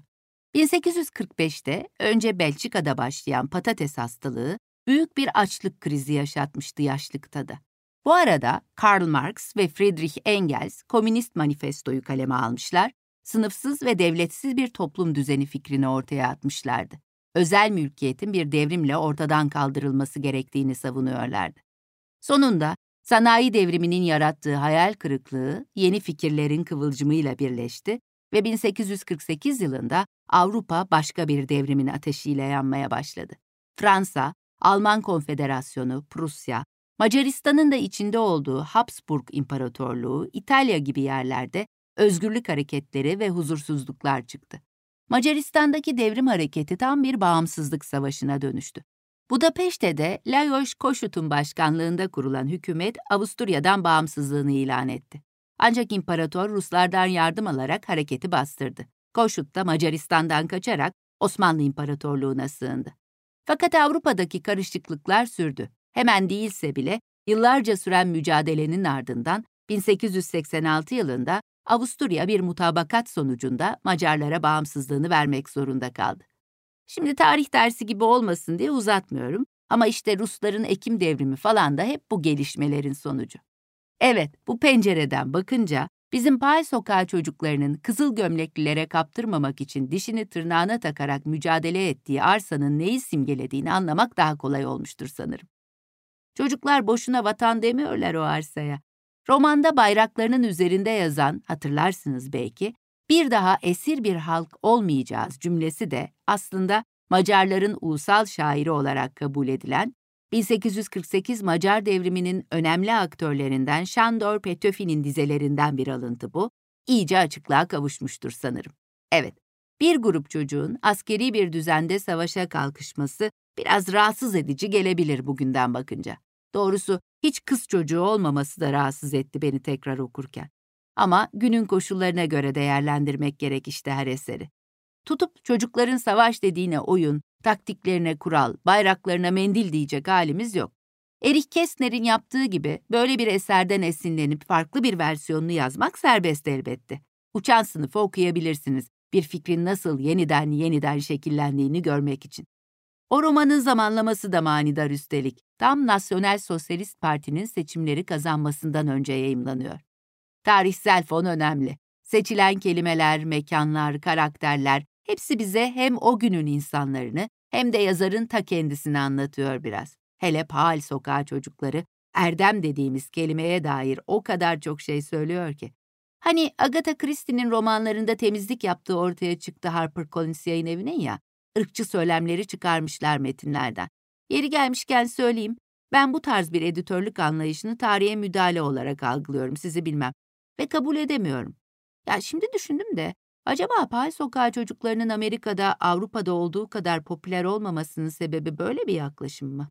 1845'te önce Belçika'da başlayan patates hastalığı büyük bir açlık krizi yaşatmıştı yaşlıkta da. Bu arada Karl Marx ve Friedrich Engels Komünist Manifesto'yu kaleme almışlar, sınıfsız ve devletsiz bir toplum düzeni fikrini ortaya atmışlardı. Özel mülkiyetin bir devrimle ortadan kaldırılması gerektiğini savunuyorlardı. Sonunda sanayi devriminin yarattığı hayal kırıklığı yeni fikirlerin kıvılcımıyla birleşti ve 1848 yılında Avrupa başka bir devrimin ateşiyle yanmaya başladı. Fransa, Alman Konfederasyonu, Prusya, Macaristan'ın da içinde olduğu Habsburg İmparatorluğu, İtalya gibi yerlerde özgürlük hareketleri ve huzursuzluklar çıktı. Macaristan'daki devrim hareketi tam bir bağımsızlık savaşına dönüştü. Budapeşte'de Lajos Kossuth'un başkanlığında kurulan hükümet Avusturya'dan bağımsızlığını ilan etti. Ancak imparator Ruslardan yardım alarak hareketi bastırdı. Kossuth da Macaristan'dan kaçarak Osmanlı İmparatorluğu'na sığındı. Fakat Avrupa'daki karışıklıklar sürdü. Hemen değilse bile yıllarca süren mücadelenin ardından 1886 yılında Avusturya bir mutabakat sonucunda Macarlara bağımsızlığını vermek zorunda kaldı. Şimdi tarih dersi gibi olmasın diye uzatmıyorum ama işte Rusların Ekim devrimi falan da hep bu gelişmelerin sonucu. Evet, bu pencereden bakınca bizim Pal Sokağı çocuklarının kızıl gömleklilere kaptırmamak için dişini tırnağına takarak mücadele ettiği arsanın neyi simgelediğini anlamak daha kolay olmuştur sanırım. Çocuklar boşuna vatan demiyorlar o arsaya. Romanda bayraklarının üzerinde yazan, hatırlarsınız belki, bir daha esir bir halk olmayacağız cümlesi de aslında Macarların ulusal şairi olarak kabul edilen, 1848 Macar devriminin önemli aktörlerinden Sándor Petőfi'nin dizelerinden bir alıntı bu, iyice açıklığa kavuşmuştur sanırım. Evet, bir grup çocuğun askeri bir düzende savaşa kalkışması biraz rahatsız edici gelebilir bugünden bakınca. Doğrusu hiç kız çocuğu olmaması da rahatsız etti beni tekrar okurken. Ama günün koşullarına göre değerlendirmek gerek işte her eseri. Tutup çocukların savaş dediğine oyun, taktiklerine kural, bayraklarına mendil diyecek halimiz yok. Erich Kästner'in yaptığı gibi böyle bir eserden esinlenip farklı bir versiyonunu yazmak serbest elbette. Uçan Sınıfı okuyabilirsiniz, bir fikrin nasıl yeniden şekillendiğini görmek için. O romanın zamanlaması da manidar üstelik. Tam Nasyonel Sosyalist Parti'nin seçimleri kazanmasından önce yayımlanıyor. Tarihsel fon önemli. Seçilen kelimeler, mekanlar, karakterler hepsi bize hem o günün insanlarını hem de yazarın ta kendisini anlatıyor biraz. Hele Pal Sokağı çocukları, erdem dediğimiz kelimeye dair o kadar çok şey söylüyor ki. Hani Agatha Christie'nin romanlarında temizlik yaptığı ortaya çıktı HarperCollins Yayın Evi'nin ya, ırkçı söylemleri çıkarmışlar metinlerden. Yeri gelmişken söyleyeyim, ben bu tarz bir editörlük anlayışını tarihe müdahale olarak algılıyorum, sizi bilmem. Ve kabul edemiyorum. Ya şimdi düşündüm de, acaba Pal Sokağı çocuklarının Amerika'da, Avrupa'da olduğu kadar popüler olmamasının sebebi böyle bir yaklaşım mı?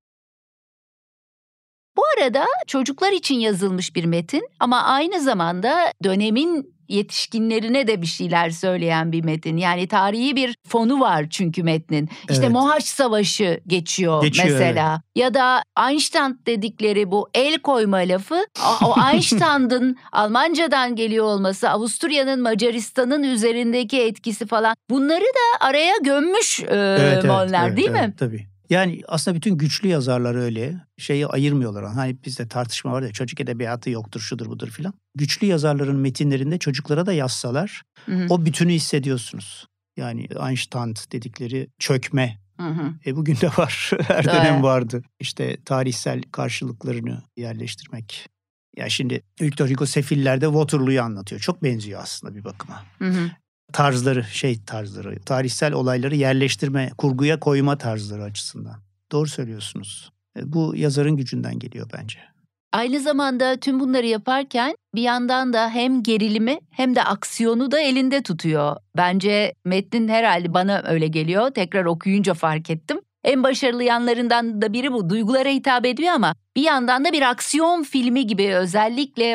Bu arada çocuklar için yazılmış bir metin ama aynı zamanda dönemin yetişkinlerine de bir şeyler söyleyen bir metin. Yani tarihi bir fonu var çünkü metnin. İşte evet. Mohaç Savaşı geçiyor mesela. Evet. Ya da Einstein dedikleri bu el koyma lafı, o Einstein'ın Almancadan geliyor olması, Avusturya'nın Macaristan'ın üzerindeki etkisi falan, bunları da araya gömmüş Molnar değil mi? Evet, tabii. Yani aslında bütün güçlü yazarlar öyle. Şeyi ayırmıyorlar. Hani bizde tartışma var ya, çocuk edebiyatı yoktur, şudur budur filan. Güçlü yazarların metinlerinde çocuklara da yazsalar o bütünü hissediyorsunuz. Yani Einstein dedikleri çökme. Bugün de var. Her dönem vardı. İşte tarihsel karşılıklarını yerleştirmek. Ya şimdi Victor Hugo Sefiller'de Waterloo'yu anlatıyor. Çok benziyor aslında bir bakıma. Tarzları, tarihsel olayları yerleştirme, kurguya koyma tarzları açısından. Doğru söylüyorsunuz. Bu yazarın gücünden geliyor bence. Aynı zamanda tüm bunları yaparken bir yandan da hem gerilimi hem de aksiyonu da elinde tutuyor. Bence metnin herhalde, bana öyle geliyor, tekrar okuyunca fark ettim. En başarılı yanlarından da biri bu. Duygulara hitap ediyor ama bir yandan da bir aksiyon filmi gibi, özellikle o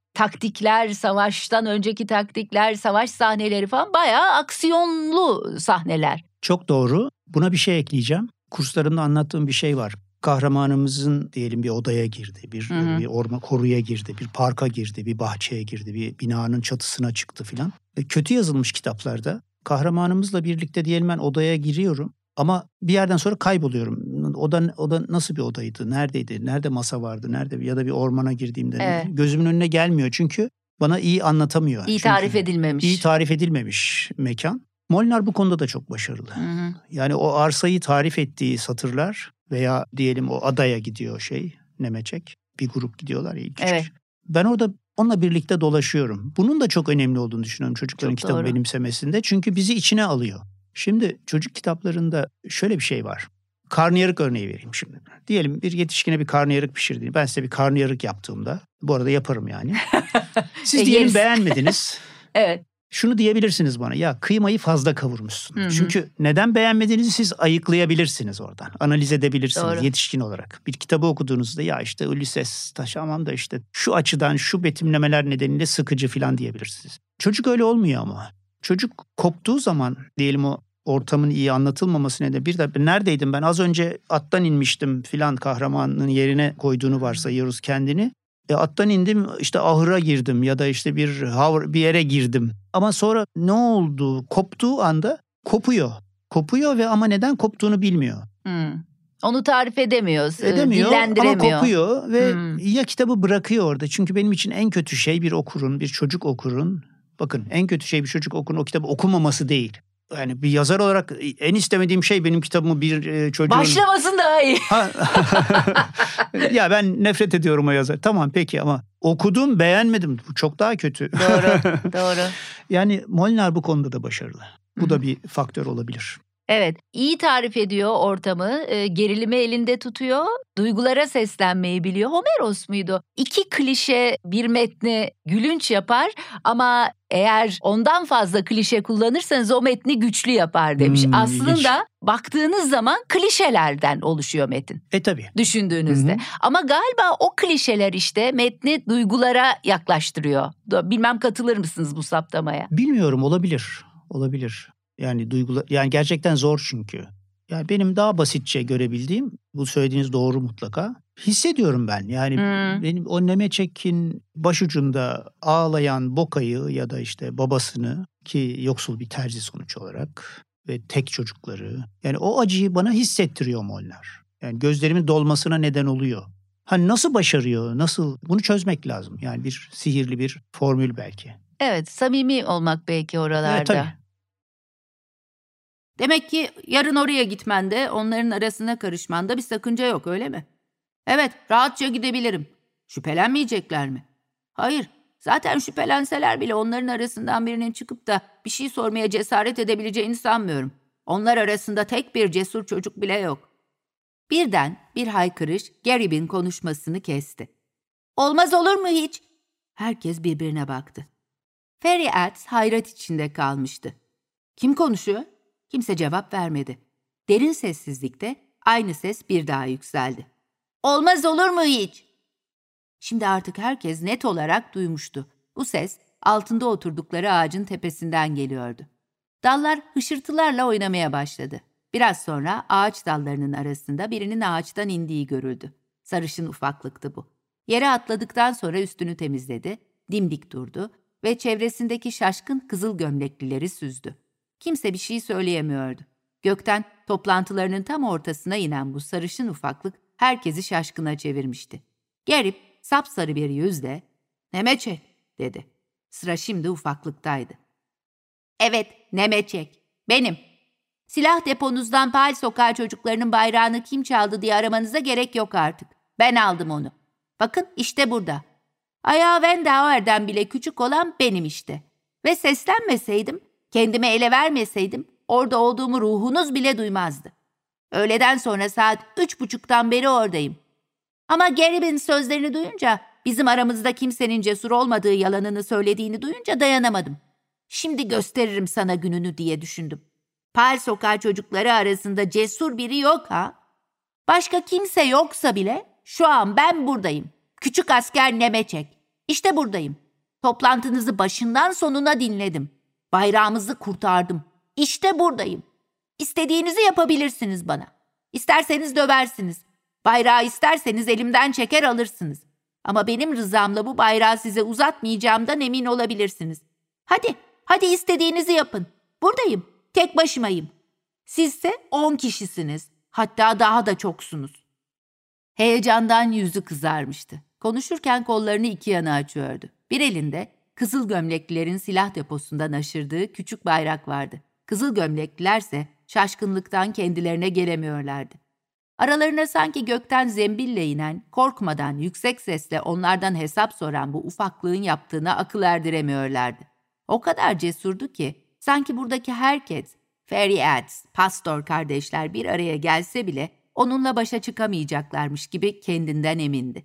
taktikler, savaştan önceki taktikler, savaş sahneleri falan bayağı aksiyonlu sahneler. Çok doğru. Buna bir şey ekleyeceğim. Kurslarımda anlattığım bir şey var. Kahramanımızın diyelim bir odaya girdi, bir orman koruya girdi, bir parka girdi, bir bahçeye girdi, bir binanın çatısına çıktı filan. Kötü yazılmış kitaplarda kahramanımızla birlikte diyelim ben odaya giriyorum ama bir yerden sonra kayboluyorum. Oda nasıl bir odaydı, neredeydi, nerede masa vardı, nerede ya da bir ormana girdiğimde gözümün önüne gelmiyor çünkü bana iyi anlatamıyor. İyi tarif edilmemiş. İyi tarif edilmemiş mekan. Molinar bu konuda da çok başarılı. Yani o arsayı tarif ettiği satırlar veya diyelim o adaya gidiyor Nemeçek. Bir grup gidiyorlar ya ilk evet. Ben orada onunla birlikte dolaşıyorum. Bunun da çok önemli olduğunu düşünüyorum çocukların kitabı benimsemesinde. Çünkü bizi içine alıyor. Şimdi çocuk kitaplarında şöyle bir şey var. Karnıyarık örneği vereyim şimdi. Diyelim bir yetişkine bir karnıyarık pişirdiğini. Ben size bir karnıyarık yaptığımda, bu arada yaparım yani. Siz diyelim beğenmediniz. Evet. Şunu diyebilirsiniz bana, ya kıymayı fazla kavurmuşsun. Çünkü neden beğenmediğinizi siz ayıklayabilirsiniz oradan. Analiz edebilirsiniz yetişkin olarak. Bir kitabı okuduğunuzda ya işte Ulysses tamam da işte şu açıdan şu betimlemeler nedeniyle sıkıcı falan diyebilirsiniz. Çocuk öyle olmuyor ama. Çocuk koptuğu zaman diyelim o ortamın iyi anlatılmaması nedeniyle bir de neredeydim ben az önce attan inmiştim filan kahramanın yerine koyduğunu varsayıyoruz kendini. Attan indim işte ahıra girdim ya da işte bir yere girdim. Ama sonra ne oldu? Koptuğu anda kopuyor. Kopuyor ve ama neden koptuğunu bilmiyor. Onu tarif edemiyor, dillendiremiyor. Ama kopuyor ve ya kitabı bırakıyor orada. Çünkü benim için en kötü şey bir çocuk okurun. Bakın en kötü şey bir çocuk okurun o kitabı okumaması değil. Yani bir yazar olarak en istemediğim şey benim kitabımı bir çocuğun... Başlamasın daha iyi. Ya ben nefret ediyorum o yazar. Tamam peki ama okudum beğenmedim. Bu çok daha kötü. Doğru. Yani Molinar bu konuda da başarılı. Bu da bir faktör olabilir. Evet, iyi tarif ediyor ortamı, gerilimi elinde tutuyor, duygulara seslenmeyi biliyor. Homeros muydu? 2 klişe bir metni gülünç yapar ama eğer ondan fazla klişe kullanırsanız o metni güçlü yapar demiş. Aslında ilginç. Baktığınız zaman klişelerden oluşuyor metin. Tabii. Düşündüğünüzde. Ama galiba o klişeler işte metni duygulara yaklaştırıyor. Bilmem katılır mısınız bu saptamaya? Bilmiyorum, olabilir. Yani gerçekten zor çünkü. Yani benim daha basitçe görebildiğim, bu söylediğiniz doğru mutlaka. Hissediyorum ben. Yani benim o Nemeçek'in başucunda ağlayan Boka'yı ya da işte babasını, ki yoksul bir terzi sonuç olarak ve tek çocukları. Yani o acıyı bana hissettiriyor Molinar. Yani gözlerimin dolmasına neden oluyor. Nasıl başarıyor, nasıl? Bunu çözmek lazım. Yani bir sihirli bir formül belki. Evet, samimi olmak belki oralarda. Evet, tabii. Demek ki yarın oraya gitmende, onların arasına karışmanda bir sakınca yok, öyle mi? Evet, rahatça gidebilirim. Şüphelenmeyecekler mi? Hayır, zaten şüphelenseler bile onların arasından birinin çıkıp da bir şey sormaya cesaret edebileceğini sanmıyorum. Onlar arasında tek bir cesur çocuk bile yok. Birden bir haykırış Garib'in konuşmasını kesti. Olmaz olur mu hiç? Herkes birbirine baktı. Fairy Elves hayret içinde kalmıştı. Kim konuşuyor? Kimse cevap vermedi. Derin sessizlikte aynı ses bir daha yükseldi. Olmaz olur mu hiç? Şimdi artık herkes net olarak duymuştu. Bu ses altında oturdukları ağacın tepesinden geliyordu. Dallar hışırtılarla oynamaya başladı. Biraz sonra ağaç dallarının arasında birinin ağaçtan indiği görüldü. Sarışın ufaklıktı bu. Yere atladıktan sonra üstünü temizledi, dimdik durdu ve çevresindeki şaşkın kızıl gömleklileri süzdü. Kimse bir şey söyleyemiyordu. Gökten toplantılarının tam ortasına inen bu sarışın ufaklık herkesi şaşkına çevirmişti. Garip sapsarı bir yüzle "Nemeçek" dedi. Sıra şimdi ufaklıktaydı. Evet, Nemeçek. Benim. Silah deponuzdan Pal Sokağı çocuklarının bayrağını kim çaldı diye aramanıza gerek yok artık. Ben aldım onu. Bakın işte burada. Ayağı Wendauer'den bile küçük olan benim işte. Ve seslenmeseydim, kendimi ele vermeseydim orada olduğumu ruhunuz bile duymazdı. Öğleden sonra saat 3.30'dan beri oradayım. Ama Garib'in sözlerini duyunca, bizim aramızda kimsenin cesur olmadığı yalanını söylediğini duyunca dayanamadım. Şimdi gösteririm sana gününü diye düşündüm. Pal Sokağı çocukları arasında cesur biri yok ha? Başka kimse yoksa bile şu an ben buradayım. Küçük asker Nemeçek. İşte buradayım. Toplantınızı başından sonuna dinledim. Bayrağımızı kurtardım. İşte buradayım. İstediğinizi yapabilirsiniz bana. İsterseniz döversiniz. Bayrağı isterseniz elimden çeker alırsınız. Ama benim rızamla bu bayrağı size uzatmayacağımdan emin olabilirsiniz. Hadi istediğinizi yapın. Buradayım, tek başımayım. Sizse 10 kişisiniz. Hatta daha da çoksunuz. Heyecandan yüzü kızarmıştı. Konuşurken kollarını iki yana açıyordu. Bir elinde kızıl gömleklilerin silah deposundan aşırdığı küçük bayrak vardı. Kızıl gömleklilerse şaşkınlıktan kendilerine gelemiyorlardı. Aralarına sanki gökten zembille inen, korkmadan yüksek sesle onlardan hesap soran bu ufaklığın yaptığına akıl erdiremiyorlardı. O kadar cesurdu ki sanki buradaki herkes, Fairy Ads, pastor kardeşler bir araya gelse bile onunla başa çıkamayacaklarmış gibi kendinden emindi.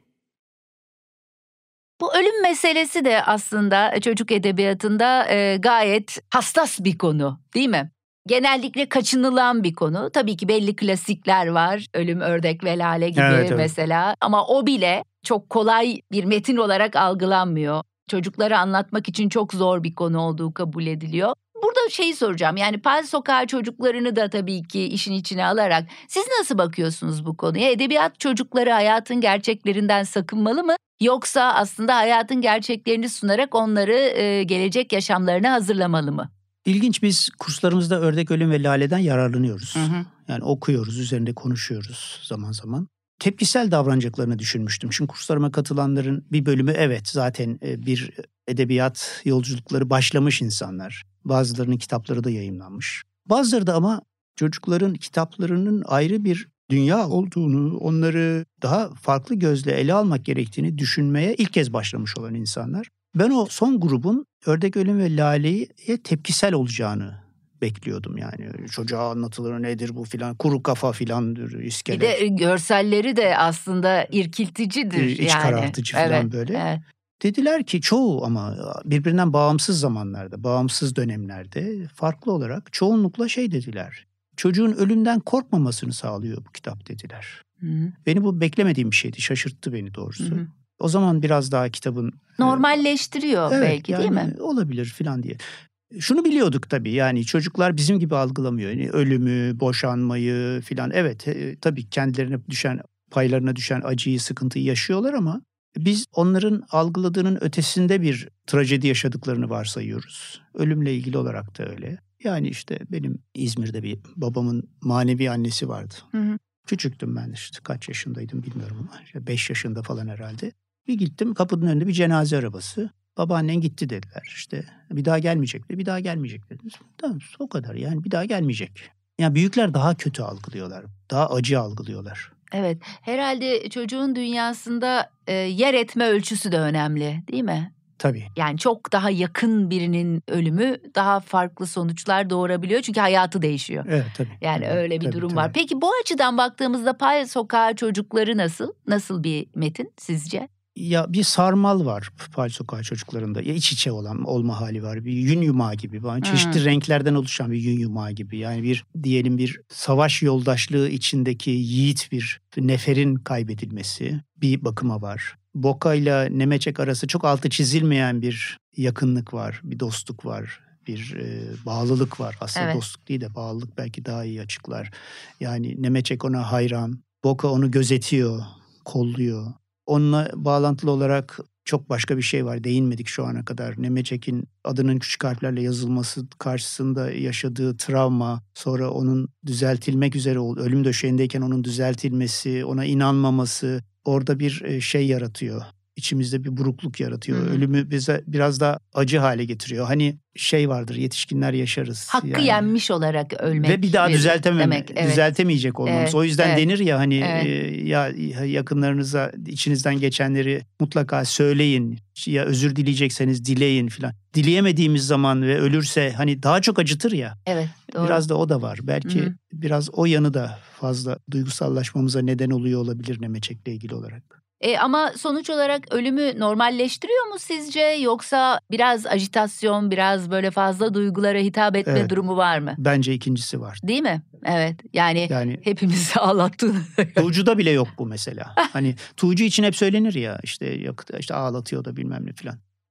Bu ölüm meselesi de aslında çocuk edebiyatında gayet hassas bir konu, değil mi? Genellikle kaçınılan bir konu. Tabii ki belli klasikler var. Ölüm, Ördek ve Lale gibi evet. Mesela. Ama o bile çok kolay bir metin olarak algılanmıyor. Çocuklara anlatmak için çok zor bir konu olduğu kabul ediliyor. Burada şeyi soracağım. Yani Paris Sokağı çocuklarını da tabii ki işin içine alarak siz nasıl bakıyorsunuz bu konuya? Edebiyat çocukları hayatın gerçeklerinden sakınmalı mı? Yoksa aslında hayatın gerçeklerini sunarak onları gelecek yaşamlarına hazırlamalı mı? İlginç, biz kurslarımızda Ördek, Ölüm ve Lale'den yararlanıyoruz. Yani okuyoruz, üzerinde konuşuyoruz zaman zaman. Tepkisel davranacaklarını düşünmüştüm. Çünkü kurslarıma katılanların bir bölümü evet zaten bir edebiyat yolculukları başlamış insanlar. Bazılarının kitapları da yayımlanmış. Bazıları da ama çocukların kitaplarının ayrı bir dünya olduğunu, onları daha farklı gözle ele almak gerektiğini düşünmeye ilk kez başlamış olan insanlar. Ben o son grubun Ördek, Ölüm ve Lale'ye tepkisel olacağını bekliyordum yani. Çocuğa anlatılır nedir bu filan, kuru kafa filandır, iskelet. Bir de görselleri de aslında irkilticidir. İç karartıcı filan evet, böyle. Evet. Dediler ki çoğu ama birbirinden bağımsız zamanlarda, bağımsız dönemlerde farklı olarak çoğunlukla şey dediler. Çocuğun ölümden korkmamasını sağlıyor bu kitap dediler. Hı-hı. Beni bu beklemediğim bir şeydi, şaşırttı beni doğrusu. Hı-hı. O zaman biraz daha kitabın... Normalleştiriyor belki yani değil mi? Olabilir filan diye. Şunu biliyorduk tabii, yani çocuklar bizim gibi algılamıyor. Yani ölümü, boşanmayı filan. Evet tabii kendilerine düşen, paylarına düşen acıyı, sıkıntıyı yaşıyorlar ama biz onların algıladığının ötesinde bir trajedi yaşadıklarını varsayıyoruz. Ölümle ilgili olarak da öyle. Yani işte benim İzmir'de bir babamın manevi annesi vardı. Hı-hı. Küçüktüm ben, işte kaç yaşındaydım bilmiyorum ama 5 yaşında falan herhalde. Bir gittim, kapının önünde bir cenaze arabası. Babaannen gitti dediler işte. Bir daha gelmeyecek dedi. Bir daha gelmeyecek dedi. Tamam, o kadar yani, bir daha gelmeyecek. Yani büyükler daha kötü algılıyorlar. Daha acı algılıyorlar. Evet, herhalde çocuğun dünyasında yer etme ölçüsü de önemli, değil mi? Tabii. Yani çok daha yakın birinin ölümü daha farklı sonuçlar doğurabiliyor. Çünkü hayatı değişiyor. Evet tabii. Yani öyle bir durum var. Tabii. Peki bu açıdan baktığımızda Paris Sokağı çocukları nasıl? Nasıl bir metin sizce? Ya bir sarmal var Paris Sokağı çocuklarında. Ya iç içe olma hali var. Bir yün yumağı gibi. Çeşitli renklerden oluşan bir yün yumağı gibi. Yani bir diyelim bir savaş yoldaşlığı içindeki yiğit bir neferin kaybedilmesi bir bakıma var. Boka ile Nemeçek arası çok altı çizilmeyen bir yakınlık var. Bir dostluk var. Bir bağlılık var. Aslında evet. Dostluk değil de bağlılık belki daha iyi açıklar. Yani Nemeçek ona hayran. Boka onu gözetiyor, kolluyor. Onunla bağlantılı olarak çok başka bir şey var. Değinmedik şu ana kadar. Nemeçek'in adının küçük harflerle yazılması karşısında yaşadığı travma, sonra onun düzeltilmek üzere ölüm döşeğindeyken onun düzeltilmesi, ona inanmaması orada bir şey yaratıyor. İçimizde bir burukluk yaratıyor. Ölümü bize biraz daha acı hale getiriyor. Hani şey vardır, yetişkinler yaşarız. Hakkı yenmiş olarak ölmek. Ve bir daha demek, evet. düzeltemeyecek olmamız. Evet, o yüzden denir ya hani evet. Ya yakınlarınıza, içinizden geçenleri mutlaka söyleyin. Ya özür dileyecekseniz dileyin filan. Dileyemediğimiz zaman ve ölürse hani daha çok acıtır ya. Evet, doğru. Biraz da o da var. Belki biraz o yanı da fazla duygusallaşmamıza neden oluyor olabilir Nemeçek'le ilgili olarak. Ama sonuç olarak ölümü normalleştiriyor mu sizce, yoksa biraz ajitasyon, biraz böyle fazla duygulara hitap etme durumu var mı? Bence ikincisi var. Değil mi? Evet. Yani hepimizi ağlattı. Tuğcu'da bile yok bu mesela. Hani Tuğcu için hep söylenir ya işte ağlatıyor da bilmem ne falan.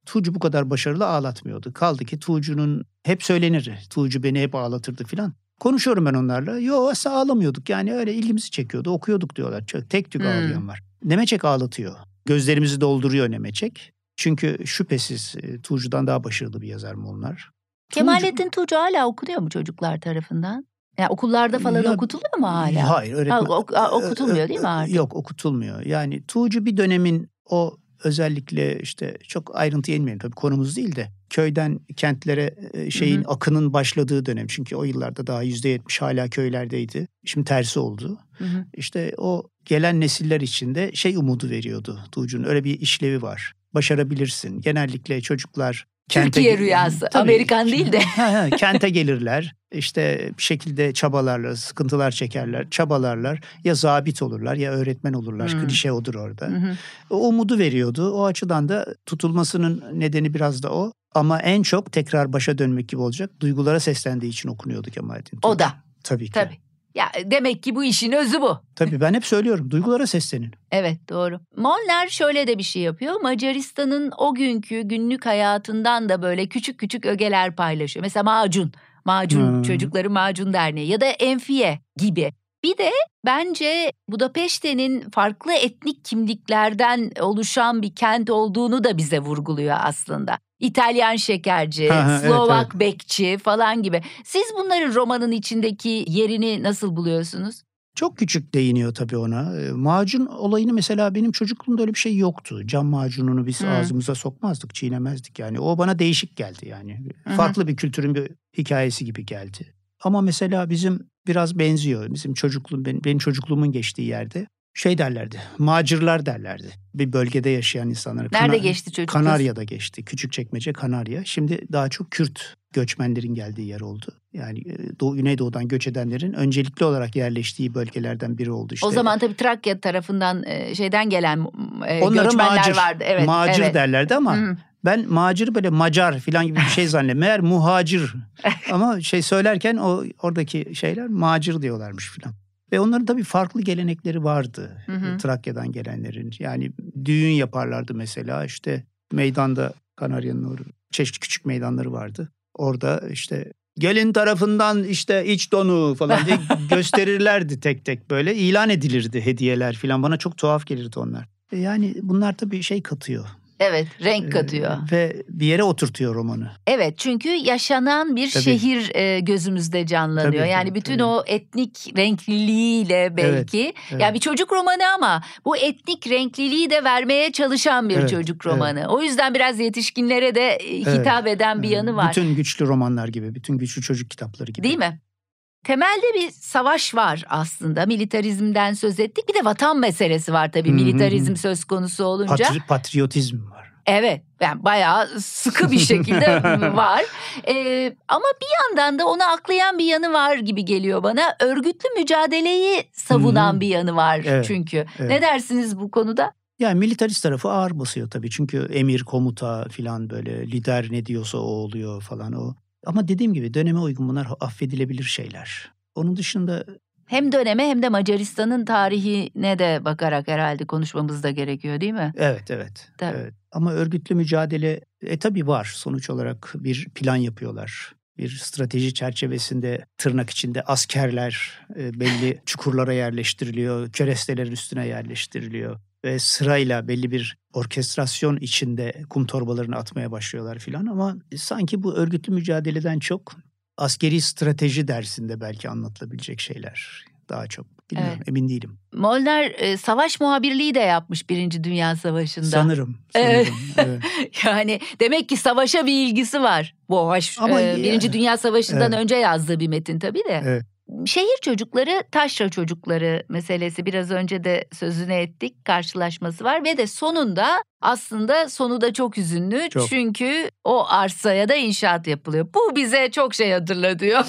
Tuğcu bu kadar başarılı ağlatmıyordu. Kaldı ki Tuğcu'nun hep söylenir. Tuğcu beni hep ağlatırdı filan. Konuşuyorum ben onlarla. Yo aslında ağlamıyorduk. Yani öyle ilgimizi çekiyordu. Okuyorduk diyorlar. Tek tük ağlayan var. Nemeçek ağlatıyor. Gözlerimizi dolduruyor Nemeçek. Çünkü şüphesiz Tuğcu'dan daha başarılı bir yazar mı onlar? Kemalettin Tuğcu hala okunuyor mu çocuklar tarafından? Yani okullarda falan okutuluyor mu hala? Hayır. Öğretmen, okutulmuyor değil mi artık? Yok, okutulmuyor. Yani Tuğcu bir dönemin o özellikle işte çok ayrıntıya inmeyelim tabii, konumuz değil de köyden kentlere akının başladığı dönem. Çünkü o yıllarda daha %70 hala köylerdeydi. Şimdi tersi oldu. İşte o gelen nesiller için de umudu veriyordu Tuğcu'nun. Öyle bir işlevi var. Başarabilirsin. Genellikle çocuklar Türkiye rüyası. Tabii, Amerikan değil de. Kente gelirler. İşte bir şekilde çabalarlar, sıkıntılar çekerler, çabalarlar. Ya zabit olurlar ya öğretmen olurlar. Klişe odur orada. O umudu veriyordu. O açıdan da tutulmasının nedeni biraz da o. Ama en çok tekrar başa dönmek gibi olacak. Duygulara seslendiği için okunuyordu Kemalettin Tuğcu. O da. Tabii ki. Tabii. Ya demek ki bu işin özü bu. Tabii, ben hep söylüyorum. Duygulara seslenin. Evet, doğru. Molnar şöyle de bir şey yapıyor. Macaristan'ın o günkü günlük hayatından da böyle küçük küçük ögeler paylaşıyor. Mesela Macun Çocukları Macun Derneği ya da Enfiye gibi. Bir de bence Budapeşte'nin farklı etnik kimliklerden oluşan bir kent olduğunu da bize vurguluyor aslında. İtalyan şekerci, Slovak evet. Bekçi falan gibi. Siz bunların romanın içindeki yerini nasıl buluyorsunuz? Çok küçük değiniyor tabii ona. Macun olayını mesela benim çocukluğumda öyle bir şey yoktu. Cam macununu biz ağzımıza sokmazdık, çiğnemezdik yani. O bana değişik geldi yani. Farklı bir kültürün bir hikayesi gibi geldi. Ama mesela bizim biraz benziyor. Bizim benim çocukluğumun geçtiği yerde derlerdi. Macırlar derlerdi. Bir bölgede yaşayan insanlara. Nerede geçti çocuk? Kanarya'da geçti. Küçükçekmece, Kanarya. Şimdi daha çok Kürt göçmenlerin geldiği yer oldu. Yani Güneydoğu'dan göç edenlerin öncelikli olarak yerleştiği bölgelerden biri oldu işte. O zaman tabii Trakya tarafından gelen göçmenler vardı. Evet, macir derlerdi ama ben macir böyle Macar falan gibi bir şey zannediyorum. Meğer muhacir. Ama söylerken oradaki şeyler macir diyorlarmış falan. Ve onların tabii farklı gelenekleri vardı. Trakya'dan gelenlerin. Yani düğün yaparlardı mesela. İşte meydanda, Kanarya'nın çeşitli küçük meydanları vardı. Orada işte gelin tarafından işte iç donu falan diye gösterirlerdi tek tek böyle. İlan edilirdi hediyeler falan. Bana çok tuhaf gelirdi onlar. Yani bunlar tabii katıyor. Evet, renk katıyor. Ve bir yere oturtuyor romanı. Evet, çünkü yaşanan bir şehir gözümüzde canlanıyor. Yani bütün o etnik renkliliğiyle belki. Evet. Yani bir çocuk romanı ama bu etnik renkliliği de vermeye çalışan bir çocuk romanı. Evet. O yüzden biraz yetişkinlere de hitap eden bir yanı var. Bütün güçlü romanlar gibi, bütün güçlü çocuk kitapları gibi. Değil mi? Temelde bir savaş var aslında. Militarizmden söz ettik. Bir de vatan meselesi var tabii. Militarizm söz konusu olunca. Patriotizm var. Evet, yani bayağı sıkı bir şekilde var. Ama bir yandan da onu aklayan bir yanı var gibi geliyor bana. Örgütlü mücadeleyi savunan bir yanı var çünkü. Evet. Ne dersiniz bu konuda? Yani militarist tarafı ağır basıyor tabii. Çünkü emir, komuta falan böyle lider ne diyorsa o oluyor falan o. Ama dediğim gibi döneme uygun bunlar affedilebilir şeyler. Onun dışında... Hem döneme hem de Macaristan'ın tarihine de bakarak herhalde konuşmamız da gerekiyor değil mi? Evet. Evet. Ama örgütlü mücadele tabii var. Sonuç olarak bir plan yapıyorlar. Bir strateji çerçevesinde tırnak içinde askerler belli çukurlara yerleştiriliyor. Kerestelerin üstüne yerleştiriliyor. Ve sırayla belli bir orkestrasyon içinde kum torbalarını atmaya başlıyorlar filan. Ama sanki bu örgütlü mücadeleden çok askeri strateji dersinde belki anlatılabilecek şeyler daha çok. Bilmiyorum, emin değilim. Molnar savaş muhabirliği de yapmış Birinci Dünya Savaşı'nda. Sanırım. Evet. Yani demek ki savaşa bir ilgisi var. Bu Birinci Dünya Savaşı'ndan önce yazdığı bir metin tabii de. Evet. Şehir çocukları, taşra çocukları meselesi biraz önce de sözünü ettik, karşılaşması var ve de sonunda aslında sonu da çok hüzünlü. Çok. Çünkü o arsaya da inşaat yapılıyor. Bu bize çok şey hatırlatıyor.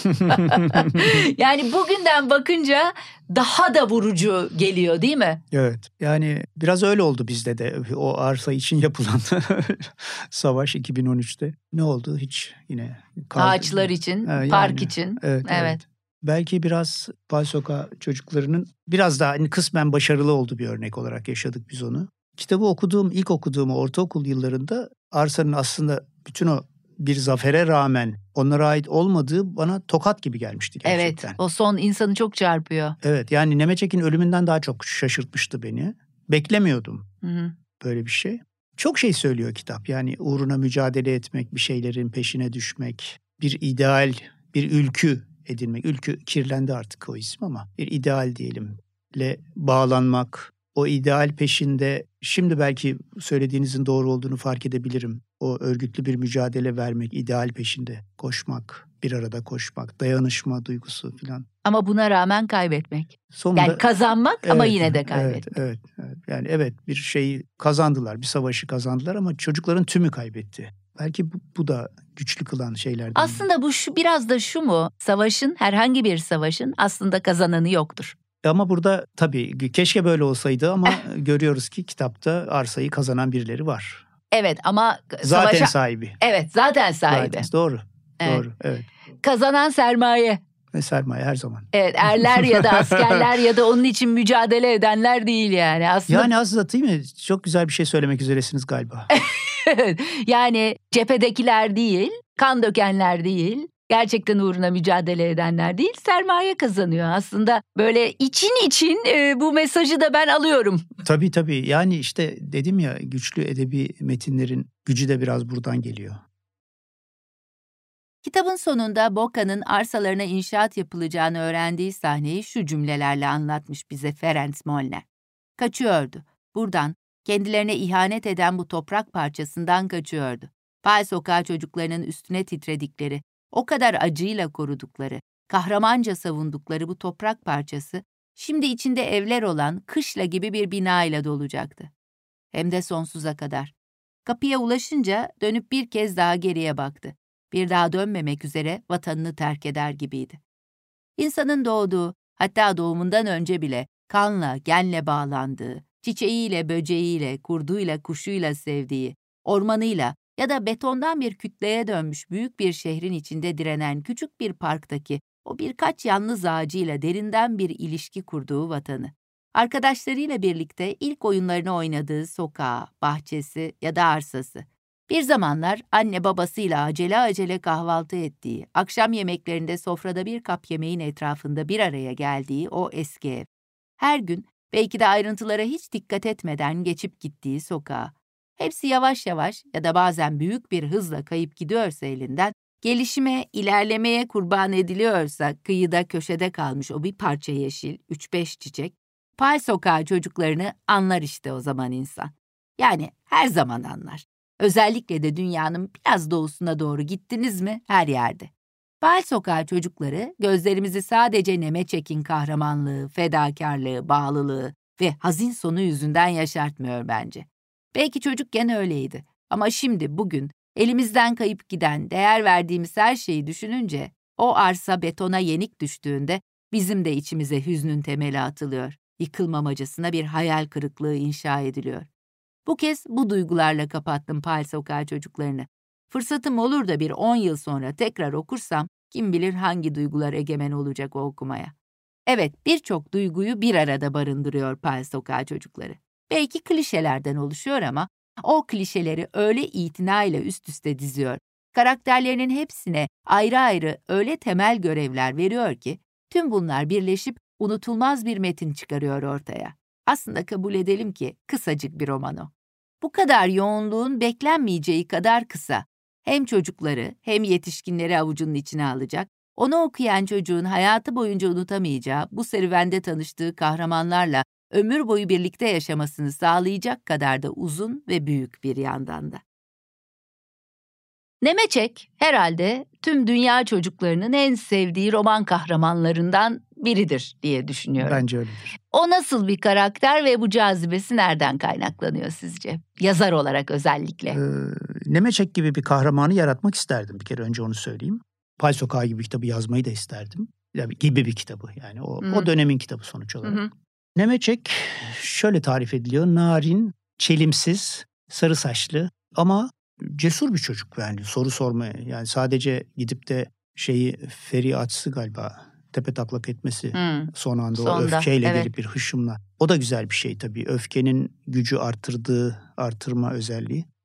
Yani bugünden bakınca daha da vurucu geliyor değil mi? Evet, yani biraz öyle oldu bizde de o arsa için yapılan savaş 2013'te. Ne oldu hiç yine? Ağaçlar için, park için. Evet. Belki biraz Pal Sokağı çocuklarının biraz daha kısmen başarılı olduğu bir örnek olarak yaşadık biz onu. Kitabı ilk okuduğum ortaokul yıllarında arsanın aslında bütün o bir zafere rağmen onlara ait olmadığı bana tokat gibi gelmişti gerçekten. Evet, o son insanı çok çarpıyor. Evet, yani Nemeçek'in ölümünden daha çok şaşırtmıştı beni. Beklemiyordum Hı. böyle bir şey. Çok şey söylüyor kitap. Yani uğruna mücadele etmek, bir şeylerin peşine düşmek, bir ideal, bir ülkü edinmek. Ülkü kirlendi artık o isim ama bir ideal diyelim. Bağlanmak, o ideal peşinde, şimdi belki söylediğinizin doğru olduğunu fark edebilirim. O örgütlü bir mücadele vermek, ideal peşinde koşmak, bir arada koşmak, dayanışma duygusu falan. Ama buna rağmen kaybetmek. Sonunda, yani kazanmak evet, ama yine de kaybetmek. Evet. Yani evet, bir şeyi kazandılar, bir savaşı kazandılar ama çocukların tümü kaybetti. Belki bu da güçlü kılan şeylerden. Aslında bu biraz da şu mu? Savaşın, herhangi bir savaşın aslında kazananı yoktur. Ama burada tabii keşke böyle olsaydı ama görüyoruz ki kitapta arsayı kazanan birileri var. Evet ama zaten sahibi. Evet, zaten sahibi. Zaten, doğru. Evet. Kazanan sermaye. Ve sermaye her zaman. Evet, erler ya da askerler ya da onun için mücadele edenler değil yani. Aslında değil mi? Çok güzel bir şey söylemek üzeresiniz galiba. Yani cephedekiler değil, kan dökenler değil, gerçekten uğruna mücadele edenler değil, sermaye kazanıyor. Aslında böyle için bu mesajı da ben alıyorum. Tabii. Yani işte dedim ya, güçlü edebi metinlerin gücü de biraz buradan geliyor. Kitabın sonunda Bocca'nın arsalarına inşaat yapılacağını öğrendiği sahneyi şu cümlelerle anlatmış bize Ferenc Molnar. Kaçıyordu. Buradan, kendilerine ihanet eden bu toprak parçasından kaçıyordu. Pal Sokağı çocuklarının üstüne titredikleri, o kadar acıyla korudukları, kahramanca savundukları bu toprak parçası, şimdi içinde evler olan kışla gibi bir bina ile dolacaktı. Hem de sonsuza kadar. Kapıya ulaşınca dönüp bir kez daha geriye baktı. Bir daha dönmemek üzere vatanını terk eder gibiydi. İnsanın doğduğu, hatta doğumundan önce bile kanla, genle bağlandığı, çiçeğiyle, böceğiyle, kurduyla, kuşuyla sevdiği, ormanıyla ya da betondan bir kütleye dönmüş büyük bir şehrin içinde direnen küçük bir parktaki o birkaç yalnız ağacıyla derinden bir ilişki kurduğu vatanı. Arkadaşlarıyla birlikte ilk oyunlarını oynadığı sokağı, bahçesi ya da arsası. Bir zamanlar anne babasıyla acele kahvaltı ettiği, akşam yemeklerinde sofrada bir kap yemeğin etrafında bir araya geldiği o eski ev. Her gün, belki de ayrıntılara hiç dikkat etmeden geçip gittiği sokağı. Hepsi yavaş yavaş ya da bazen büyük bir hızla kayıp gidiyorsa elinden, gelişime, ilerlemeye kurban ediliyorsa kıyıda köşede kalmış o bir parça yeşil, 3-5 çiçek, Pal Sokağı çocuklarını anlar işte o zaman insan. Yani her zaman anlar. Özellikle de dünyanın biraz doğusuna doğru gittiniz mi her yerde. Pal Sokağı çocukları gözlerimizi sadece Nemeçek'in kahramanlığı, fedakarlığı, bağlılığı ve hazin sonu yüzünden yaşartmıyor bence. Belki çocukken öyleydi ama şimdi bugün elimizden kayıp giden, değer verdiğimiz her şeyi düşününce o arsa betona yenik düştüğünde bizim de içimize hüznün temeli atılıyor. Yıkılmamacasına bir hayal kırıklığı inşa ediliyor. Bu kez bu duygularla kapattım Pal Sokağı çocuklarını. Fırsatım olur da bir 10 yıl sonra tekrar okursam kim bilir hangi duygular egemen olacak o okumaya. Evet, birçok duyguyu bir arada barındırıyor Pal Sokağı çocukları. Belki klişelerden oluşuyor ama o klişeleri öyle itinayla üst üste diziyor. Karakterlerinin hepsine ayrı ayrı öyle temel görevler veriyor ki tüm bunlar birleşip unutulmaz bir metin çıkarıyor ortaya. Aslında kabul edelim ki kısacık bir roman o. Bu kadar yoğunluğun beklenmeyeceği kadar kısa. Hem çocukları hem yetişkinleri avucunun içine alacak, onu okuyan çocuğun hayatı boyunca unutamayacağı bu serüvende tanıştığı kahramanlarla ömür boyu birlikte yaşamasını sağlayacak kadar da uzun ve büyük bir yandan da. Nemeçek herhalde tüm dünya çocuklarının en sevdiği roman kahramanlarından biridir diye düşünüyorum. Bence öyledir. O nasıl bir karakter ve bu cazibesi nereden kaynaklanıyor sizce? Yazar olarak özellikle. Nemeçek gibi bir kahramanı yaratmak isterdim, bir kere önce onu söyleyeyim. Pal Sokağı gibi bir kitabı yazmayı da isterdim. Gibi bir kitabı yani o dönemin kitabı sonuç olarak. Hı-hı. Nemeçek şöyle tarif ediliyor: narin, çelimsiz, sarı saçlı ama cesur bir çocuk, yani soru sormaya, yani sadece gidip de Feri Açsı galiba tepetaklak etmesi son anda o öfkeyle gelip bir hışımla. O da güzel bir şey tabii. Öfkenin gücü artırma özelliği.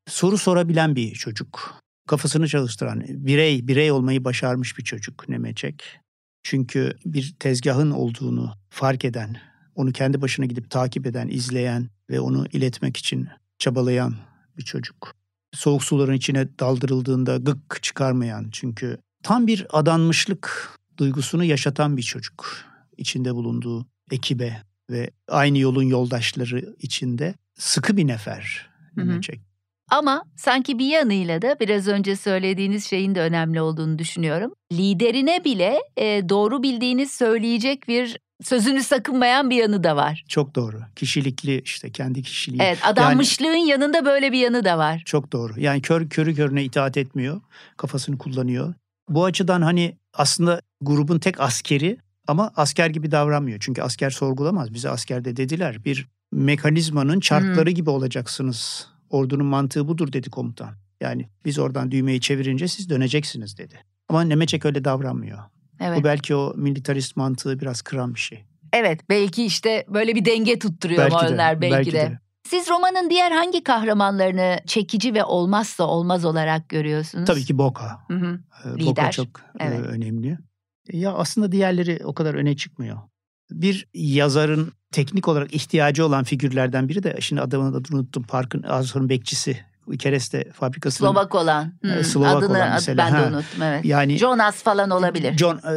soru sorabilen bir çocuk. Kafasını çalıştıran, birey olmayı başarmış bir çocuk Nemetçek. Çünkü bir tezgahın olduğunu fark eden, onu kendi başına gidip takip eden, izleyen ve onu iletmek için çabalayan bir çocuk. Soğuk suların içine daldırıldığında gık çıkarmayan, çünkü tam bir adanmışlık duygusunu yaşatan bir çocuk. İçinde bulunduğu ekibe ve aynı yolun yoldaşları içinde sıkı bir nefer Nemetçek. Ama sanki bir yanıyla da biraz önce söylediğiniz şeyin de önemli olduğunu düşünüyorum. Liderine bile doğru bildiğini söyleyecek bir sözünü sakınmayan bir yanı da var. Çok doğru. Kişilikli, işte kendi kişiliği. Evet, adanmışlığın yanında böyle bir yanı da var. Çok doğru. Yani körü körüne itaat etmiyor. Kafasını kullanıyor. Bu açıdan hani aslında grubun tek askeri ama asker gibi davranmıyor. Çünkü asker sorgulamaz. Bize askerde dediler, bir mekanizmanın çarkları gibi olacaksınız. Ordunun mantığı budur dedi komutan. Yani biz oradan düğmeyi çevirince siz döneceksiniz dedi. Ama Nemetçek öyle davranmıyor. Evet. Bu belki o militarist mantığı biraz kıran bir şey. Evet, belki işte böyle bir denge tutturuyor Molnar belki de. Siz romanın diğer hangi kahramanlarını çekici ve olmazsa olmaz olarak görüyorsunuz? Tabii ki Boka. Lider. Boka çok önemli. Ya aslında diğerleri o kadar öne çıkmıyor. Bir yazarın teknik olarak ihtiyacı olan figürlerden biri de, şimdi adamın adını unuttum, parkın Azur'un bekçisi, kereste fabrikasının. Slovak olan. Slovak olan mesela. Ben de unuttum, evet. Yani, Jonas falan olabilir.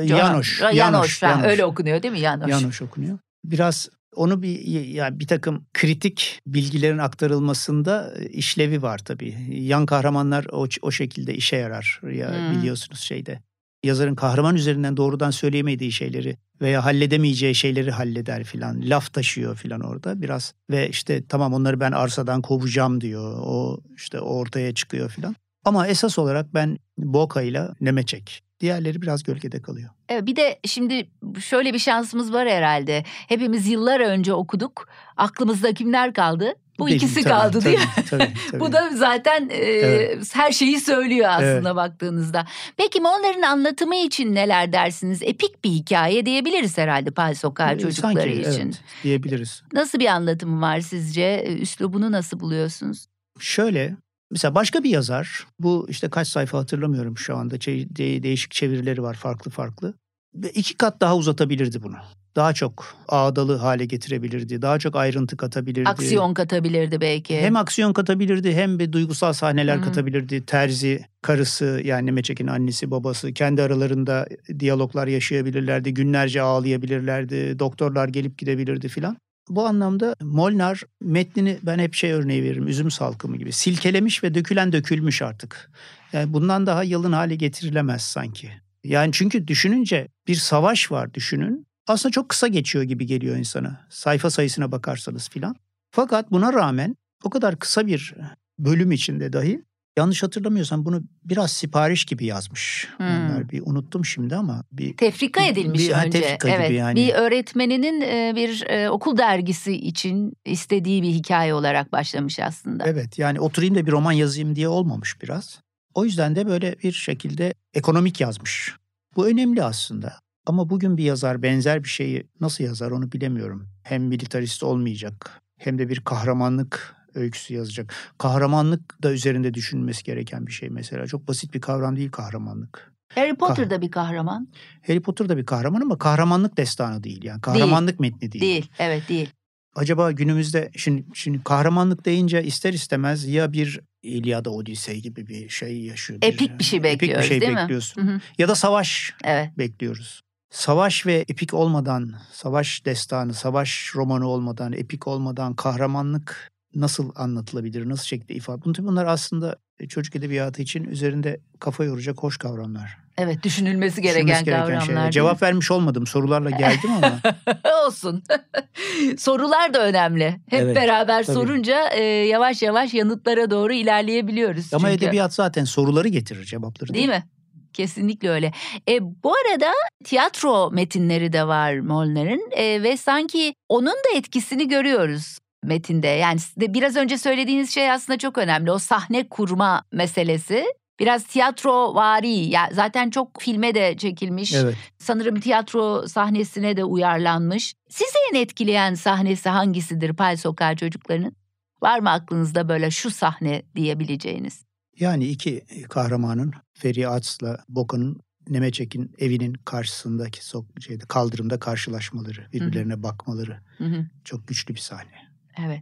Janosch. Öyle okunuyor değil mi Janosch? Janosch okunuyor. Biraz onu bir takım kritik bilgilerin aktarılmasında işlevi var tabii. Yan kahramanlar o şekilde işe yarar. Biliyorsunuz şeyde. Yazarın kahraman üzerinden doğrudan söyleyemediği şeyleri veya halledemeyeceği şeyleri halleder filan. Laf taşıyor filan orada biraz. Ve işte tamam, onları ben arsadan kovacağım diyor. O işte ortaya çıkıyor filan. Ama esas olarak ben Boka ile Nemetçek. Diğerleri biraz gölgede kalıyor. Evet, bir de şimdi şöyle bir şansımız var herhalde. Hepimiz yıllar önce okuduk. Aklımızda kimler kaldı? Bu ikisi kaldı değil mi? Tabii. Bu da zaten her şeyi söylüyor aslında baktığınızda. Peki Molnar'ın anlatımı için neler dersiniz? Epik bir hikaye diyebiliriz herhalde Pal Sokağı çocukları için. Evet, diyebiliriz. Nasıl bir anlatımı var sizce? Üslubunu nasıl buluyorsunuz? Şöyle, mesela başka bir yazar, bu işte kaç sayfa hatırlamıyorum şu anda, değişik çevirileri var farklı. 2 kat daha uzatabilirdi bunu. Daha çok ağdalı hale getirebilirdi. Daha çok ayrıntı katabilirdi. Aksiyon katabilirdi belki. Hem aksiyon katabilirdi hem bir duygusal sahneler katabilirdi. Terzi, karısı, yani Nemetçek'in annesi, babası kendi aralarında diyaloglar yaşayabilirlerdi. Günlerce ağlayabilirlerdi. Doktorlar gelip gidebilirdi filan. Bu anlamda Molnar metnini ben hep örneği veririm. Üzüm salkımı gibi. Silkelemiş ve dökülmüş artık. Yani bundan daha yalın hale getirilemez sanki. Yani çünkü düşününce bir savaş var düşünün. Aslında çok kısa geçiyor gibi geliyor insana. Sayfa sayısına bakarsanız filan. Fakat buna rağmen o kadar kısa bir bölüm içinde dahi, yanlış hatırlamıyorsam bunu biraz sipariş gibi yazmış. Onlar bir unuttum şimdi ama tefrika edilmiş önce. Tefrika gibi yani. Bir öğretmeninin bir okul dergisi için istediği bir hikaye olarak başlamış aslında. Evet, yani oturayım da bir roman yazayım diye olmamış biraz. O yüzden de böyle bir şekilde ekonomik yazmış. Bu önemli aslında. Ama bugün bir yazar benzer bir şeyi nasıl yazar onu bilemiyorum. Hem militarist olmayacak hem de bir kahramanlık öyküsü yazacak. Kahramanlık da üzerinde düşünülmesi gereken bir şey mesela. Çok basit bir kavram değil kahramanlık. Harry Potter da bir kahraman. Harry Potter da bir kahraman ama kahramanlık destanı değil yani. Kahramanlık metni değil. Evet değil. Acaba günümüzde şimdi kahramanlık deyince ister istemez ya bir İlyada, Odisey gibi bir şey yaşıyor. Epik bir şey bekliyoruz, epik bir şey değil bekliyorsun. mi? Ya da savaş bekliyoruz. Savaş ve epik olmadan, savaş destanı, savaş romanı olmadan, epik olmadan kahramanlık nasıl anlatılabilir, nasıl şekilde ifade? Bunlar aslında çocuk edebiyatı için üzerinde kafa yoracak hoş kavramlar. Evet, düşünülmesi gereken kavramlar. Cevap vermiş olmadım, sorularla geldim ama. Olsun. Sorular da önemli. Hep beraber sorunca yavaş yavaş yanıtlara doğru ilerleyebiliyoruz. Ama edebiyat zaten soruları getirir, cevapları değil mi? Kesinlikle öyle. Bu arada tiyatro metinleri de var Molnar'ın ve sanki onun da etkisini görüyoruz metinde. Yani biraz önce söylediğiniz şey aslında çok önemli. O sahne kurma meselesi. Biraz tiyatrovari, yani zaten çok filme de çekilmiş. Evet. Sanırım tiyatro sahnesine de uyarlanmış. Sizi en etkileyen sahnesi hangisidir Pal Sokağı çocuklarının? Var mı aklınızda böyle şu sahne diyebileceğiniz? Yani iki kahramanın Ferihat'la Boka'nın Nemeçek'in evinin karşısındaki kaldırımda karşılaşmaları, birbirlerine bakmaları çok güçlü bir sahne. Evet.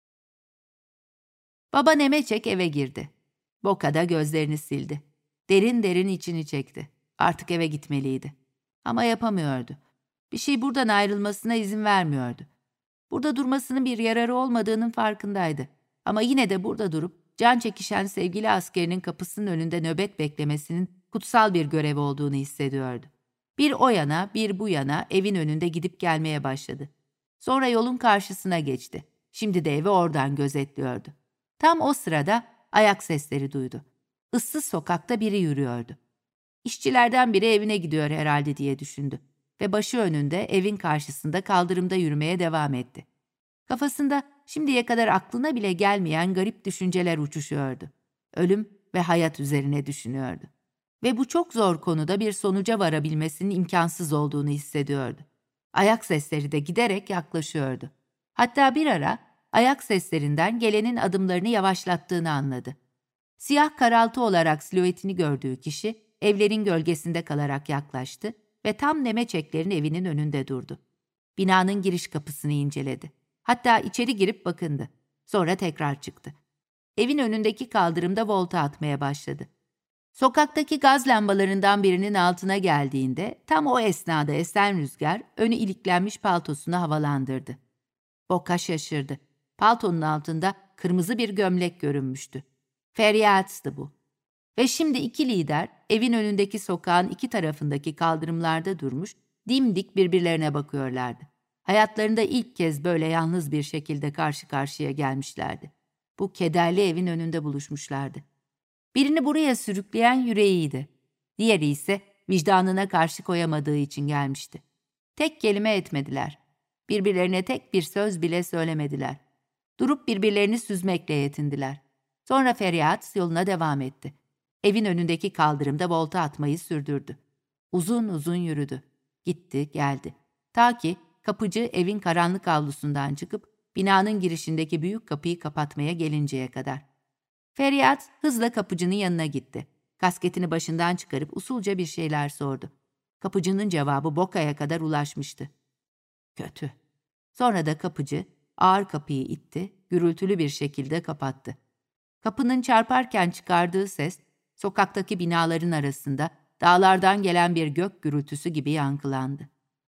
Baba Nemeçek eve girdi. Boka da gözlerini sildi. Derin derin içini çekti. Artık eve gitmeliydi. Ama yapamıyordu. Bir şey buradan ayrılmasına izin vermiyordu. Burada durmasının bir yararı olmadığının farkındaydı. Ama yine de burada durup can çekişen sevgili askerinin kapısının önünde nöbet beklemesinin kutsal bir görev olduğunu hissediyordu. Bir o yana, bir bu yana evin önünde gidip gelmeye başladı. Sonra yolun karşısına geçti. Şimdi de evi oradan gözetliyordu. Tam o sırada ayak sesleri duydu. Issız sokakta biri yürüyordu. İşçilerden biri evine gidiyor herhalde diye düşündü ve başı önünde evin karşısında kaldırımda yürümeye devam etti. Kafasında şimdiye kadar aklına bile gelmeyen garip düşünceler uçuşuyordu. Ölüm ve hayat üzerine düşünüyordu. Ve bu çok zor konuda bir sonuca varabilmesinin imkansız olduğunu hissediyordu. Ayak sesleri de giderek yaklaşıyordu. Hatta bir ara ayak seslerinden gelenin adımlarını yavaşlattığını anladı. Siyah karaltı olarak silüetini gördüğü kişi evlerin gölgesinde kalarak yaklaştı ve tam Nemeçeklerin evinin önünde durdu. Binanın giriş kapısını inceledi. Hatta içeri girip bakındı. Sonra tekrar çıktı. Evin önündeki kaldırımda volta atmaya başladı. Sokaktaki gaz lambalarından birinin altına geldiğinde tam o esnada esen rüzgar önü iliklenmiş paltosunu havalandırdı. Boka şaşırdı. Paltonun altında kırmızı bir gömlek görünmüştü. Ferihat'tı bu. Ve şimdi iki lider evin önündeki sokağın iki tarafındaki kaldırımlarda durmuş, dimdik birbirlerine bakıyorlardı. Hayatlarında ilk kez böyle yalnız bir şekilde karşı karşıya gelmişlerdi. Bu kederli evin önünde buluşmuşlardı. Birini buraya sürükleyen yüreğiydi. Diğeri ise vicdanına karşı koyamadığı için gelmişti. Tek kelime etmediler. Birbirlerine tek bir söz bile söylemediler. Durup birbirlerini süzmekle yetindiler. Sonra Ferihat yoluna devam etti. Evin önündeki kaldırımda volta atmayı sürdürdü. Uzun uzun yürüdü. Gitti, geldi. Ta ki kapıcı evin karanlık avlusundan çıkıp binanın girişindeki büyük kapıyı kapatmaya gelinceye kadar. Ferihat hızla kapıcının yanına gitti. Kasketini başından çıkarıp usulca bir şeyler sordu. Kapıcının cevabı Boka'ya kadar ulaşmıştı. Kötü. Sonra da kapıcı ağır kapıyı itti, gürültülü bir şekilde kapattı. Kapının çarparken çıkardığı ses, sokaktaki binaların arasında dağlardan gelen bir gök gürültüsü gibi yankılandı.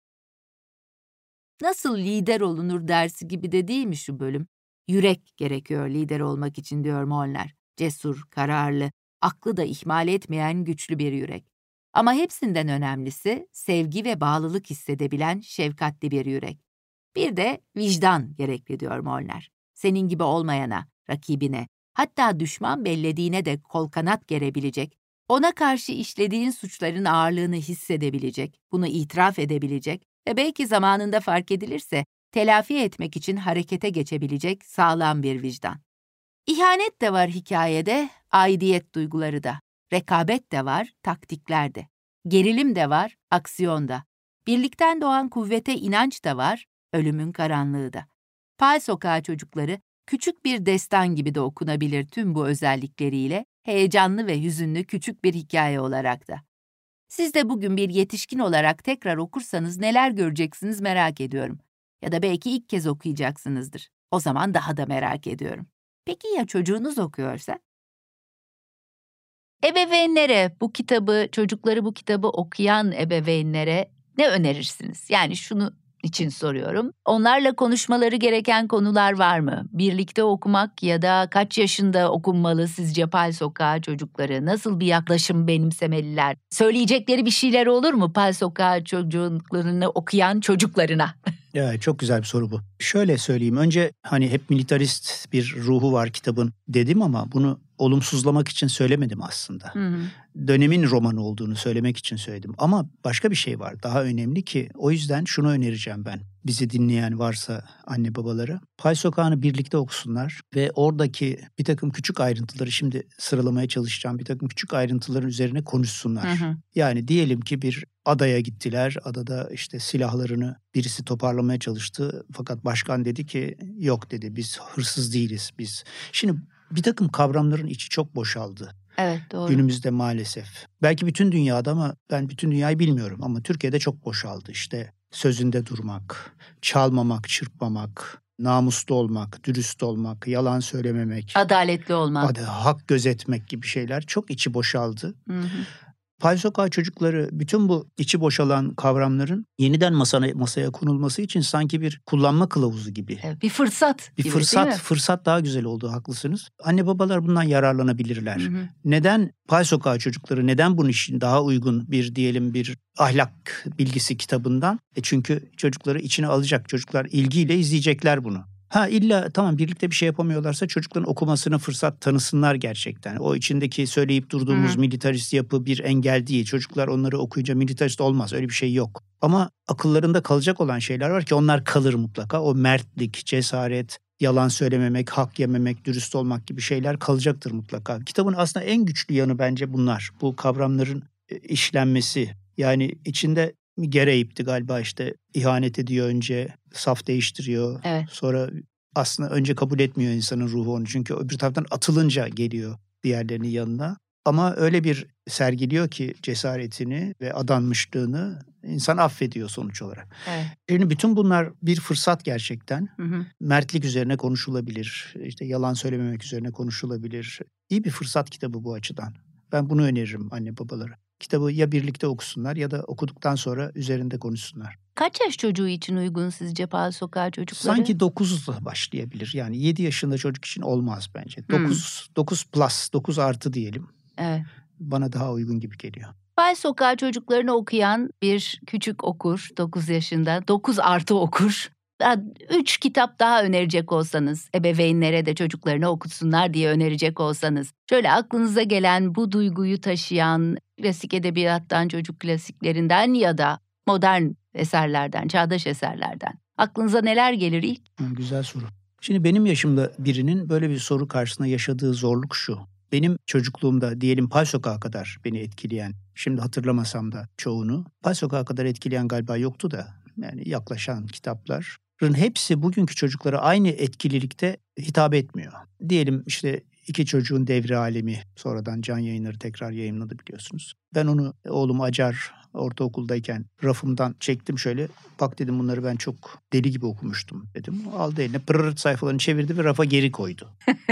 Nasıl lider olunur dersi gibi de değil mi şu bölüm? Yürek gerekiyor lider olmak için diyor Molnar. Cesur, kararlı, aklı da ihmal etmeyen güçlü bir yürek. Ama hepsinden önemlisi sevgi ve bağlılık hissedebilen şefkatli bir yürek. Bir de vicdan gerekli diyor Molnar. Senin gibi olmayana, rakibine, hatta düşman bellediğine de kol kanat gerebilecek, ona karşı işlediğin suçların ağırlığını hissedebilecek, bunu itiraf edebilecek ve belki zamanında fark edilirse telafi etmek için harekete geçebilecek sağlam bir vicdan. İhanet de var hikayede, aidiyet duyguları da. Rekabet de var, taktikler de. Gerilim de var, aksiyon da. Birlikten doğan kuvvete inanç da var, ölümün karanlığı da. Pal Sokağı Çocukları, küçük bir destan gibi de okunabilir tüm bu özellikleriyle, heyecanlı ve hüzünlü küçük bir hikaye olarak da. Siz de bugün bir yetişkin olarak tekrar okursanız neler göreceksiniz merak ediyorum. Ya da belki ilk kez okuyacaksınızdır. O zaman daha da merak ediyorum. Peki ya çocuğunuz okuyorsa? Ebeveynlere çocukları bu kitabı okuyan ebeveynlere ne önerirsiniz? Yani şunu için soruyorum. Onlarla konuşmaları gereken konular var mı? Birlikte okumak ya da kaç yaşında okunmalı sizce Pal Sokağı Çocukları? Nasıl bir yaklaşım benimsemeliler? Söyleyecekleri bir şeyler olur mu Pal Sokağı Çocuklarını okuyan çocuklarına? Ya, çok güzel bir soru bu. Şöyle söyleyeyim. Önce hep militarist bir ruhu var kitabın dedim ama bunu olumsuzlamak için söylemedim aslında. Dönemin romanı olduğunu söylemek için söyledim. Ama başka bir şey var daha önemli ki o yüzden şunu önereceğim ben. bizi dinleyen varsa anne babalara Pay Sokağı'nı birlikte okusunlar ve oradaki bir takım küçük ayrıntıları, şimdi sıralamaya çalışacağım, bir takım küçük ayrıntıların üzerine konuşsunlar. Yani diyelim ki bir adaya gittiler. Adada işte silahlarını birisi toparlamaya çalıştı. Fakat başkan dedi ki yok dedi, biz hırsız değiliz biz. Şimdi bir takım kavramların içi çok boşaldı. Evet, doğru. Günümüzde maalesef. Belki bütün dünyada ama ben bütün dünyayı bilmiyorum ama Türkiye'de çok boşaldı. İşte sözünde durmak, çalmamak, çırpmamak, namuslu olmak, dürüst olmak, yalan söylememek, adaletli olmak, hak gözetmek gibi şeyler çok içi boşaldı. Pay Sokağı çocukları bütün bu içi boşalan kavramların yeniden masaya konulması için sanki bir kullanma kılavuzu gibi. Evet, bir fırsat gibi, fırsat daha güzel oldu, haklısınız. Anne babalar bundan yararlanabilirler. Neden Pay Sokağı çocukları, neden bunun için daha uygun bir diyelim bir ahlak bilgisi kitabından? Çünkü çocukları içine alacak, çocuklar ilgiyle izleyecekler bunu. İlla tamam birlikte bir şey yapamıyorlarsa çocukların okumasına fırsat tanısınlar gerçekten. O içindeki söyleyip durduğumuz militarist yapı bir engel değil. Çocuklar onları okuyunca militarist olmaz, öyle bir şey yok. Ama akıllarında kalacak olan şeyler var ki onlar kalır mutlaka. O mertlik, cesaret, yalan söylememek, hak yememek, dürüst olmak gibi şeyler kalacaktır mutlaka. Kitabın aslında en güçlü yanı bence bunlar. Bu kavramların işlenmesi. Yani içinde Gereyip'ti galiba, işte ihanet ediyor, önce saf değiştiriyor. Evet. Sonra aslında önce kabul etmiyor insanın ruhu onu, çünkü öbür taraftan atılınca geliyor diğerlerinin yanına. Ama öyle bir sergiliyor ki cesaretini ve adanmışlığını, insan affediyor sonuç olarak. Evet. Yani bütün bunlar bir fırsat gerçekten. Mertlik üzerine konuşulabilir, işte yalan söylememek üzerine konuşulabilir. İyi bir fırsat kitabı bu açıdan. Ben bunu öneririm anne babalara. Kitabı ya birlikte okusunlar ya da okuduktan sonra üzerinde konuşsunlar. Kaç yaş çocuğu için uygun sizce Pay Sokağı çocukları? Sanki 9'la başlayabilir. Yani 7 yaşında çocuk için olmaz bence. 9 plus, 9 artı diyelim. Evet. Bana daha uygun gibi geliyor. Pay Sokağı çocuklarını okuyan bir küçük okur, 9 yaşında, 9 artı okur. 3 kitap daha önerecek olsanız, ebeveynlere de çocuklarını okutsunlar diye önerecek olsanız, şöyle aklınıza gelen, bu duyguyu taşıyan, klasik edebiyattan, çocuk klasiklerinden ya da modern eserlerden, çağdaş eserlerden aklınıza neler gelir ilk? Güzel soru. Şimdi benim yaşımda birinin böyle bir soru karşısında yaşadığı zorluk şu. Benim çocukluğumda diyelim Pay Sokağı kadar beni etkileyen, şimdi hatırlamasam da çoğunu, Pay Sokağı kadar etkileyen galiba yoktu da, yani yaklaşan kitapların hepsi bugünkü çocuklara aynı etkililikte hitap etmiyor. Diyelim işte İki Çocuğun Devri Alemi, sonradan Can Yayınları tekrar yayınladı biliyorsunuz. Ben onu oğlum Acar ortaokuldayken rafımdan çektim şöyle. Bak dedim, bunları ben çok deli gibi okumuştum dedim. Aldı eline pırırt sayfalarını çevirdi ve rafa geri koydu.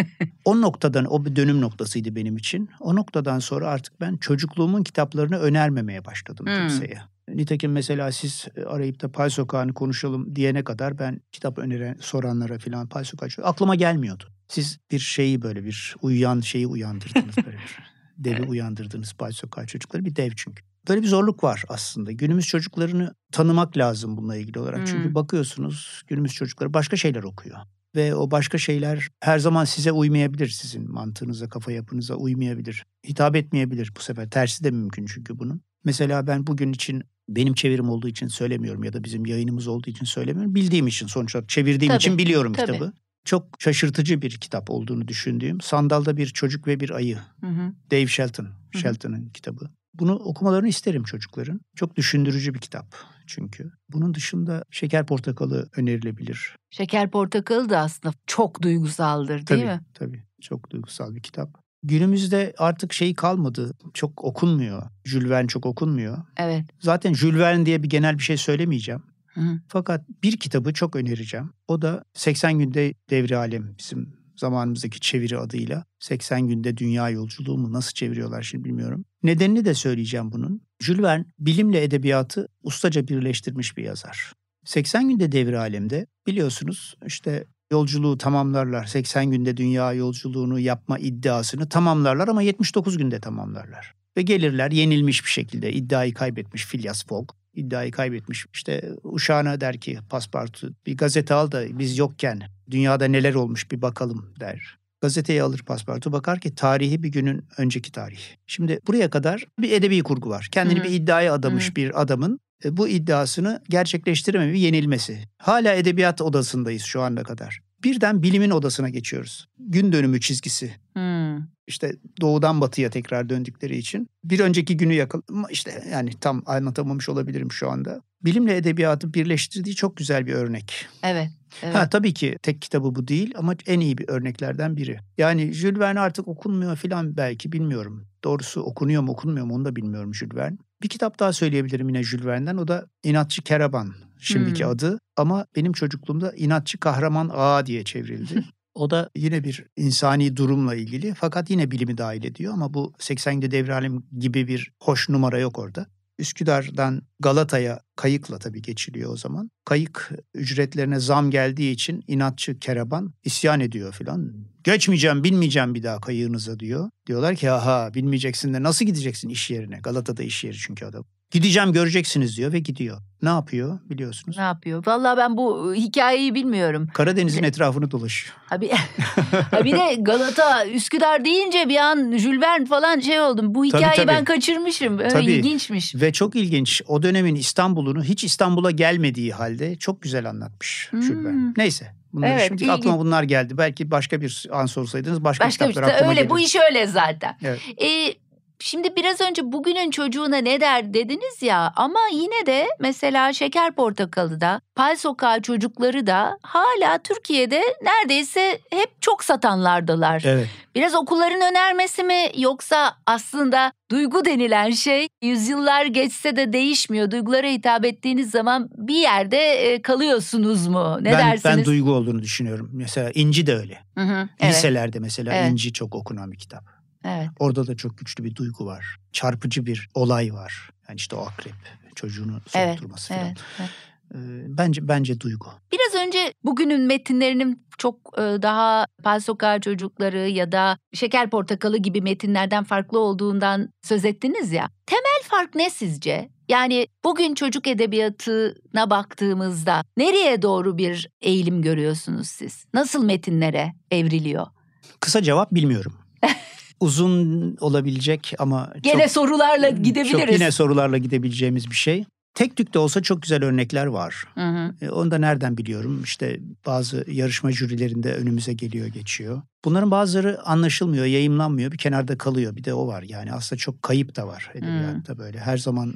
O noktadan, o bir dönüm noktasıydı benim için. O noktadan sonra artık ben çocukluğumun kitaplarını önermemeye başladım kimseye. Nitekim mesela siz arayıp da Pay Sokağı'nı konuşalım diyene kadar ben kitap soranlara falan Pay Sokağı aklıma gelmiyordu. Siz bir şeyi, böyle bir uyuyan şeyi uyandırdınız, böyle bir devi uyandırdınız Pay Sokağı çocukları, bir dev çünkü. Böyle bir zorluk var aslında. Günümüz çocuklarını tanımak lazım bununla ilgili olarak. Çünkü bakıyorsunuz günümüz çocukları başka şeyler okuyor. Ve o başka şeyler her zaman size uymayabilir, sizin mantığınıza, kafa yapınıza uymayabilir. Hitap etmeyebilir bu sefer. Tersi de mümkün çünkü bunun. Mesela ben bugün için, benim çevirim olduğu için söylemiyorum ya da bizim yayınımız olduğu için söylemiyorum. Bildiğim için, sonuçta çevirdiğim için biliyorum kitabı. Çok şaşırtıcı bir kitap olduğunu düşündüğüm Sandalda Bir Çocuk ve Bir Ayı. Dave Shelton'ın kitabı. Bunu okumalarını isterim çocukların. Çok düşündürücü bir kitap çünkü. Bunun dışında Şeker Portakalı önerilebilir. Şeker Portakalı da aslında çok duygusaldır, değil mi? Tabii. Çok duygusal bir kitap. Günümüzde artık şey kalmadı. Çok okunmuyor. Jules Verne çok okunmuyor. Evet. Zaten Jules Verne diye bir genel bir şey söylemeyeceğim. Fakat bir kitabı çok önereceğim. O da 80 Günde Devri Alem, bizim zamanımızdaki çeviri adıyla. 80 Günde Dünya Yolculuğu mu, nasıl çeviriyorlar şimdi bilmiyorum. Nedenini de söyleyeceğim bunun. Jules Verne bilimle edebiyatı ustaca birleştirmiş bir yazar. 80 Günde Devri Alem'de biliyorsunuz işte yolculuğu tamamlarlar. 80 günde dünya yolculuğunu yapma iddiasını tamamlarlar ama 79 günde tamamlarlar. Ve gelirler yenilmiş bir şekilde, iddiayı kaybetmiş Phileas Fogg. İddiayı kaybetmiş. İşte uşağına der ki Paspartu, bir gazete al da biz yokken dünyada neler olmuş bir bakalım der. Gazeteyi alır Paspartu, bakar ki tarihi bir günün önceki tarih. Şimdi buraya kadar bir edebi kurgu var. Kendini bir iddiaya adamış bir adamın bu iddiasını gerçekleştirememi yenilmesi. Hala edebiyat odasındayız şu ana kadar. Birden bilimin odasına geçiyoruz. Gün dönümü çizgisi. İşte doğudan batıya tekrar döndükleri için. Bir önceki günü işte yani tam anlatamamış olabilirim şu anda. Bilimle edebiyatı birleştirdiği çok güzel bir örnek. Evet. Evet. Tabii ki tek kitabı bu değil ama en iyi bir örneklerden biri. Yani Jules Verne artık okunmuyor falan belki bilmiyorum. Doğrusu okunuyor mu okunmuyor mu onu da bilmiyorum Jules Verne. Bir kitap daha söyleyebilirim yine Jules Verne'den. O da İnatçı Keraban şimdiki adı. Ama benim çocukluğumda İnatçı Kahraman Ağa diye çevrildi. O da yine bir insani durumla ilgili fakat yine bilimi dahil ediyor. Ama bu 80'de Devralim gibi bir hoş numara yok orada. Üsküdar'dan Galata'ya kayıkla tabii geçiliyor o zaman. Kayık ücretlerine zam geldiği için inatçı Keraban isyan ediyor filan. Geçmeyeceğim, binmeyeceğim bir daha kayığınıza diyor. Diyorlar ki aha bilmeyeceksin de nasıl gideceksin iş yerine? Galata'da iş yeri çünkü adam. Gideceğim göreceksiniz diyor ve gidiyor. Ne yapıyor biliyorsunuz? Ne yapıyor? Vallahi ben bu hikayeyi bilmiyorum. Karadeniz'in etrafını dolaşıyor. Bir de Galata, Üsküdar deyince bir an Jules Verne falan oldum. Bu hikayeyi tabii. Ben kaçırmışım. İlginçmiş. Ve çok ilginç. O dönemin İstanbul'unu hiç İstanbul'a gelmediği halde çok güzel anlatmış Jules Verne. Neyse. Şimdi aklıma bunlar geldi. Belki başka bir an sorsaydınız başka kitaplar aklıma gelir. Bu iş öyle zaten. Evet. Şimdi biraz önce bugünün çocuğuna ne der dediniz ya ama yine de mesela Şeker Portakalı da Pal Sokağı çocukları da hala Türkiye'de neredeyse hep çok satanlardalar. Evet. Biraz okulların önermesi mi yoksa aslında duygu denilen şey yüzyıllar geçse de değişmiyor. Duygulara hitap ettiğiniz zaman bir yerde kalıyorsunuz mu? Ne dersiniz? Ben duygu olduğunu düşünüyorum. Mesela İnci de öyle. Hı, Liselerde mesela İnci çok okunan bir kitap. Evet. Orada da çok güçlü bir duygu var. Çarpıcı bir olay var. Yani işte o akrep çocuğunu sokturması falan. Evet. Bence duygu. Biraz önce bugünün metinlerinin çok daha Pal Sokağı çocukları ya da Şeker Portakalı gibi metinlerden farklı olduğundan söz ettiniz ya. Temel fark ne sizce? Yani bugün çocuk edebiyatına baktığımızda nereye doğru bir eğilim görüyorsunuz siz? Nasıl metinlere evriliyor? Kısa cevap bilmiyorum. Uzun olabilecek ama yine sorularla gidebileceğimiz bir şey. Tek tük de olsa çok güzel örnekler var. Onu da nereden biliyorum? İşte bazı yarışma jürilerinde önümüze geçiyor. Bunların bazıları anlaşılmıyor, yayımlanmıyor, bir kenarda kalıyor. Bir de o var yani aslında çok kayıp da var edebiyatta böyle. Her zaman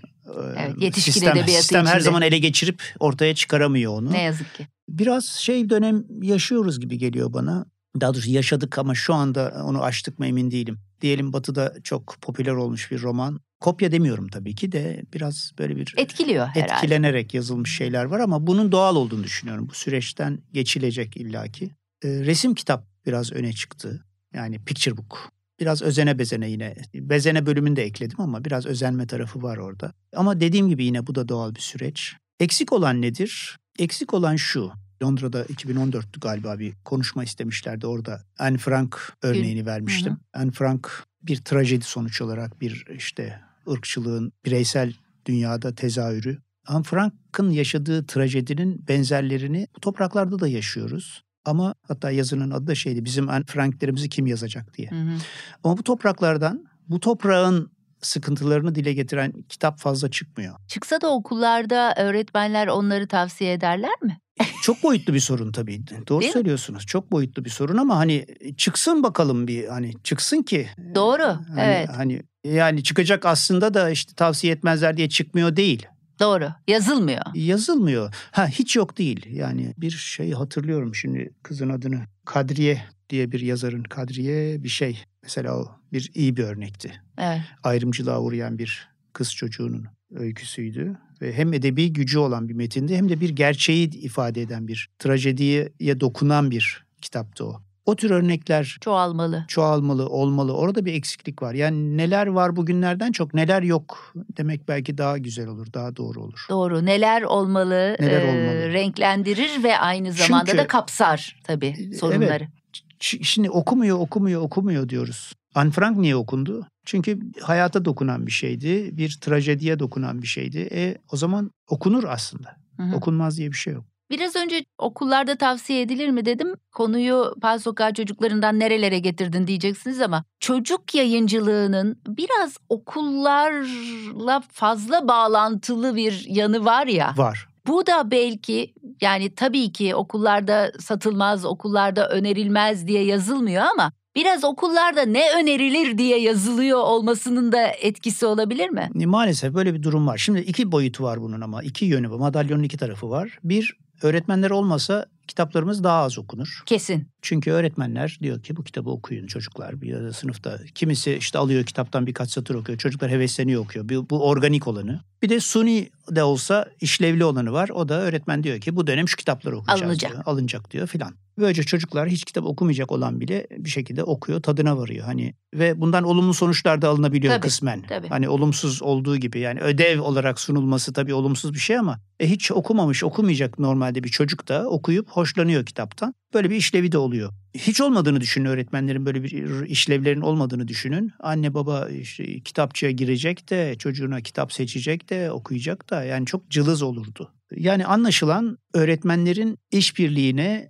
sistem her zaman ele geçirip ortaya çıkaramıyor onu. Ne yazık ki. Biraz dönem yaşıyoruz gibi geliyor bana. Daha doğrusu yaşadık ama şu anda onu aştık mı emin değilim. Diyelim Batı'da çok popüler olmuş bir roman. Kopya demiyorum tabii ki de biraz böyle bir etkiliyor herhalde. Etkilenerek yazılmış şeyler var ama bunun doğal olduğunu düşünüyorum. Bu süreçten geçilecek illaki. Resim kitap biraz öne çıktı. Yani picture book. Biraz özene bezene yine. Bezene bölümünü de ekledim ama biraz özenme tarafı var orada. Ama dediğim gibi yine bu da doğal bir süreç. Eksik olan nedir? Eksik olan şu. Londra'da 2014'tü galiba bir konuşma istemişlerdi orada. Anne Frank örneğini vermiştim. Anne Frank bir trajedi sonuç olarak bir ırkçılığın bireysel dünyada tezahürü. Anne Frank'ın yaşadığı trajedinin benzerlerini bu topraklarda da yaşıyoruz. Ama hatta yazının adı da bizim Anne Frank'lerimizi kim yazacak diye. Ama bu topraklardan, bu toprağın sıkıntılarını dile getiren kitap fazla çıkmıyor. Çıksa da okullarda öğretmenler onları tavsiye ederler mi? Çok boyutlu bir sorun tabii. Doğru değil söylüyorsunuz. Mi? Çok boyutlu bir sorun ama çıksın bakalım çıksın ki. Doğru. Evet. Yani çıkacak aslında da tavsiye etmezler diye çıkmıyor değil. Doğru. Yazılmıyor. Hiç yok değil. Yani bir hatırlıyorum şimdi kızın adını. Kadriye diye bir yazarın Kadriye bir şey. Mesela o iyi bir örnekti. Evet. Ayrımcılığa uğrayan bir kız çocuğunun öyküsüydü. Ve hem edebi gücü olan bir metindi hem de bir gerçeği ifade eden bir trajediye dokunan bir kitaptı o. O tür örnekler çoğalmalı, olmalı. Orada bir eksiklik var. Yani neler var bugünlerden çok neler yok demek belki daha güzel olur, daha doğru olur. Doğru. Neler olmalı, renklendirir ve aynı zamanda da kapsar tabii sorunları. Evet. Şimdi okumuyor diyoruz. Anne Frank niye okundu? Çünkü hayata dokunan bir şeydi. Bir trajediye dokunan bir şeydi. O zaman okunur aslında. Okunmaz diye bir şey yok. Biraz önce okullarda tavsiye edilir mi dedim. Konuyu Pal Sokağı çocuklarından nerelere getirdin diyeceksiniz ama çocuk yayıncılığının biraz okullarla fazla bağlantılı bir yanı var ya. Var. Bu da belki yani tabii ki okullarda satılmaz, okullarda önerilmez diye yazılmıyor ama biraz okullarda ne önerilir diye yazılıyor olmasının da etkisi olabilir mi? Maalesef böyle bir durum var. Şimdi 2 boyutu var bunun ama 2 yönü var. Madalyonun 2 tarafı var. Bir, öğretmenler olmasa kitaplarımız daha az okunur. Kesin. Çünkü öğretmenler diyor ki bu kitabı okuyun çocuklar. Bir sınıfta kimisi işte alıyor kitaptan birkaç satır okuyor. Çocuklar hevesleniyor okuyor. Bu organik olanı. Bir de suni de olsa işlevli olanı var. O da öğretmen diyor ki bu dönem şu kitapları okuyacağız diyor. Alınacak diyor filan. Böylece çocuklar hiç kitap okumayacak olan bile bir şekilde okuyor, tadına varıyor. Hani ve bundan olumlu sonuçlar da alınabiliyor kısmen. Tabii. Hani olumsuz olduğu gibi yani ödev olarak sunulması tabii olumsuz bir şey ama hiç okumayacak normalde bir çocuk da okuyup hoşlanıyor kitaptan. Böyle bir işlevi de oluyor. Hiç olmadığını düşünün öğretmenlerin böyle bir işlevlerin olmadığını düşünün. Anne baba işte kitapçıya girecek de çocuğuna kitap seçecek de okuyacak da yani çok cılız olurdu. Yani anlaşılan öğretmenlerin işbirliğine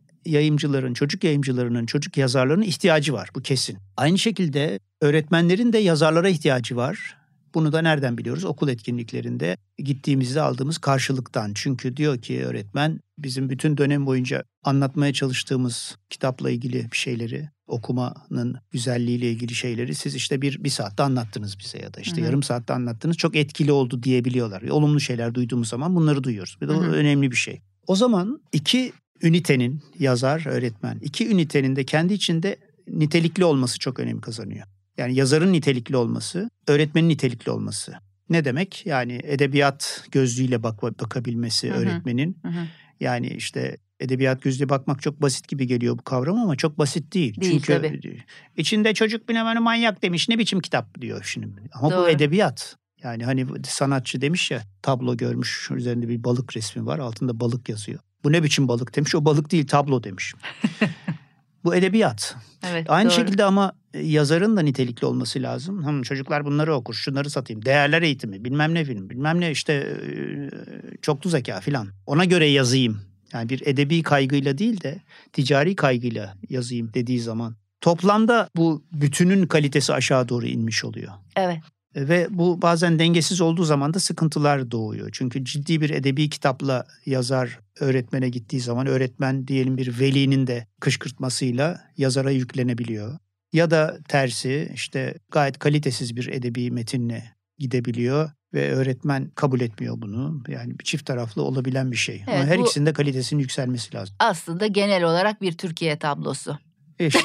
çocuk yayımcılarının, çocuk yazarlarının ihtiyacı var. Bu kesin. Aynı şekilde öğretmenlerin de yazarlara ihtiyacı var. Bunu da nereden biliyoruz? Okul etkinliklerinde gittiğimizde aldığımız karşılıktan. Çünkü diyor ki öğretmen bizim bütün dönem boyunca anlatmaya çalıştığımız kitapla ilgili bir şeyleri, okumanın güzelliğiyle ilgili şeyleri siz işte bir saatte anlattınız bize ya da işte yarım saatte anlattınız. Çok etkili oldu diyebiliyorlar. Olumlu şeyler duyduğumuz zaman bunları duyuyoruz. Bu da önemli bir şey. O zaman 2 ünitenin yazar, öğretmen 2 ünitenin de kendi içinde nitelikli olması çok önem kazanıyor. Yani yazarın nitelikli olması, öğretmenin nitelikli olması. Ne demek? Yani edebiyat gözlüğüyle bakabilmesi öğretmenin. Yani işte edebiyat gözlüğüyle bakmak çok basit gibi geliyor bu kavram ama çok basit değil. Çünkü tabii. İçinde çocuk bilmem manyak demiş, ne biçim kitap diyor şimdi. Ama Doğru. bu edebiyat. Yani hani sanatçı demiş ya, tablo görmüş, üzerinde bir balık resmi var, altında balık yazıyor. Bu ne biçim balık demiş, o balık değil tablo demiş. Bu edebiyat. Evet, Aynı doğru. şekilde ama yazarın da nitelikli olması lazım. Çocuklar bunları okur, şunları satayım. Değerler eğitimi, bilmem ne film, bilmem ne işte çoklu zeka filan. Ona göre yazayım. Yani bir edebi kaygıyla değil de ticari kaygıyla yazayım dediği zaman toplamda bu bütünün kalitesi aşağı doğru inmiş oluyor. Evet. Ve bu bazen dengesiz olduğu zaman da sıkıntılar doğuyor. Çünkü ciddi bir edebi kitapla yazar öğretmene gittiği zaman öğretmen diyelim bir velinin de kışkırtmasıyla yazara yüklenebiliyor. Ya da tersi işte gayet kalitesiz bir edebi metinle gidebiliyor ve öğretmen kabul etmiyor bunu. Yani bir çift taraflı olabilen bir şey. Evet, ama her ikisinin de kalitesinin yükselmesi lazım. Aslında genel olarak bir Türkiye tablosu. İşte.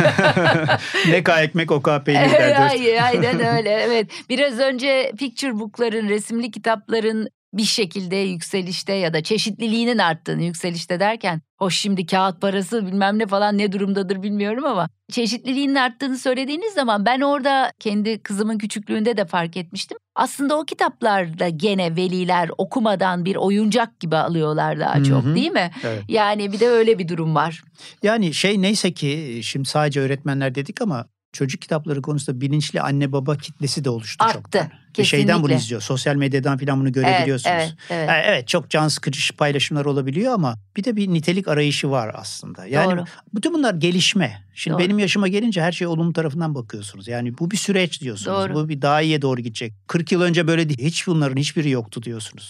Ne ka ekmek o ka peynir derdi. Aynen öyle. Evet. Biraz önce picture book'ların, resimli kitapların bir şekilde yükselişte ya da çeşitliliğinin arttığını, yükselişte derken hoş şimdi kağıt parası bilmem ne falan ne durumdadır bilmiyorum ama çeşitliliğinin arttığını söylediğiniz zaman ben orada kendi kızımın küçüklüğünde de fark etmiştim. Aslında o kitaplarda gene veliler okumadan bir oyuncak gibi alıyorlar daha çok, değil mi? Evet. Yani bir de öyle bir durum var. Yani neyse ki şimdi sadece öğretmenler dedik ama çocuk kitapları konusunda bilinçli anne baba kitlesi de oluştu Arttı, çoktan. kesinlikle. Şeyden bunu izliyor. Sosyal medyadan falan bunu görebiliyorsunuz. Evet. Yani evet, çok can sıkıcı paylaşımlar olabiliyor ama bir de bir nitelik arayışı var aslında. Yani Doğru. bütün bunlar gelişme. Şimdi Doğru. benim yaşıma gelince her şey olumlu tarafından bakıyorsunuz. Yani bu bir süreç diyorsunuz. Doğru. Bu bir daha iyiye doğru gidecek. 40 yıl önce böyle değil. Bunların hiçbiri yoktu diyorsunuz.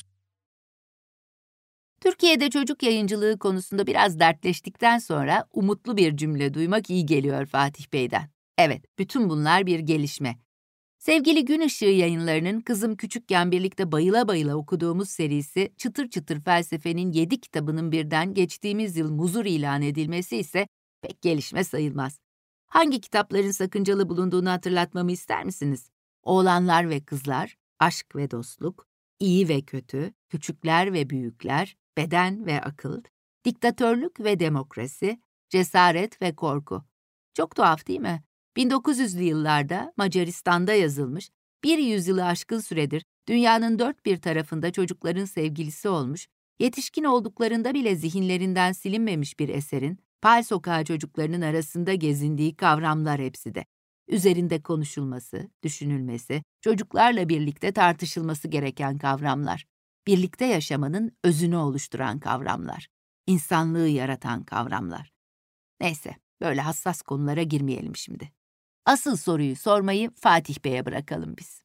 Türkiye'de çocuk yayıncılığı konusunda biraz dertleştikten sonra umutlu bir cümle duymak iyi geliyor Fatih Bey'den. Evet, bütün bunlar bir gelişme. Sevgili Gün Işığı Yayınları'nın Kızım Küçükken birlikte bayıla bayıla okuduğumuz serisi Çıtır Çıtır Felsefe'nin 7 kitabının birden geçtiğimiz yıl muzur ilan edilmesi ise pek gelişme sayılmaz. Hangi kitapların sakıncalı bulunduğunu hatırlatmamı ister misiniz? Oğlanlar ve Kızlar, Aşk ve Dostluk, İyi ve Kötü, Küçükler ve Büyükler, Beden ve Akıl, Diktatörlük ve Demokrasi, Cesaret ve Korku. Çok tuhaf değil mi? 1900'lü yıllarda Macaristan'da yazılmış, bir yüzyılı aşkın süredir dünyanın dört bir tarafında çocukların sevgilisi olmuş, yetişkin olduklarında bile zihinlerinden silinmemiş bir eserin, Pal Sokağı çocuklarının arasında gezindiği kavramlar hepsi de. Üzerinde konuşulması, düşünülmesi, çocuklarla birlikte tartışılması gereken kavramlar. Birlikte yaşamanın özünü oluşturan kavramlar. insanlığı yaratan kavramlar. Neyse, böyle hassas konulara girmeyelim şimdi. Asıl soruyu sormayı Fatih Bey'e bırakalım biz.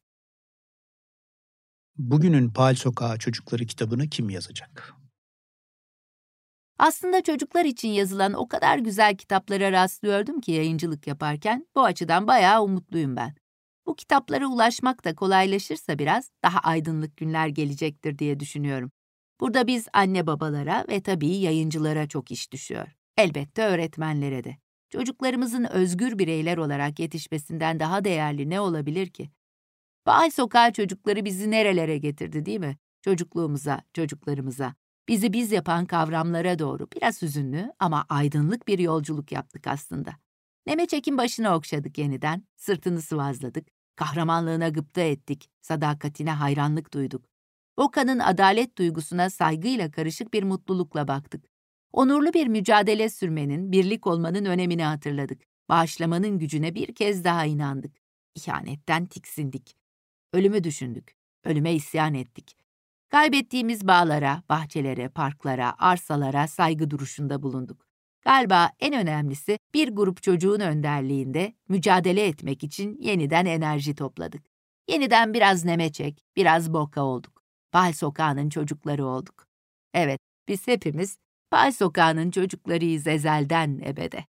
Bugünün Pal Sokağı Çocukları kitabını kim yazacak? Aslında çocuklar için yazılan o kadar güzel kitaplara rastlıyordum ki yayıncılık yaparken, bu açıdan bayağı umutluyum ben. Bu kitaplara ulaşmak da kolaylaşırsa biraz daha aydınlık günler gelecektir diye düşünüyorum. Burada biz anne babalara ve tabii yayıncılara çok iş düşüyor. Elbette öğretmenlere de. Çocuklarımızın özgür bireyler olarak yetişmesinden daha değerli ne olabilir ki? Pal Sokağı Çocukları bizi nerelere getirdi değil mi? Çocukluğumuza, çocuklarımıza. Bizi biz yapan kavramlara doğru biraz hüzünlü ama aydınlık bir yolculuk yaptık aslında. Nemeçek'in başını okşadık yeniden, sırtını sıvazladık, kahramanlığına gıpta ettik, sadakatine hayranlık duyduk. Volkan'ın adalet duygusuna saygıyla karışık bir mutlulukla baktık. Onurlu bir mücadele sürmenin, birlik olmanın önemini hatırladık. Bağışlamanın gücüne bir kez daha inandık. İhanetten tiksindik. Ölümü düşündük, ölüme isyan ettik. Kaybettiğimiz bağlara, bahçelere, parklara, arsalara saygı duruşunda bulunduk. Galiba en önemlisi bir grup çocuğun önderliğinde mücadele etmek için yeniden enerji topladık. Yeniden biraz Nemeçek, biraz Boka olduk. Pal Sokağı'nın çocukları olduk. Evet, biz hepimiz Pal Sokağı'nın çocuklarıyız ezelden ebede.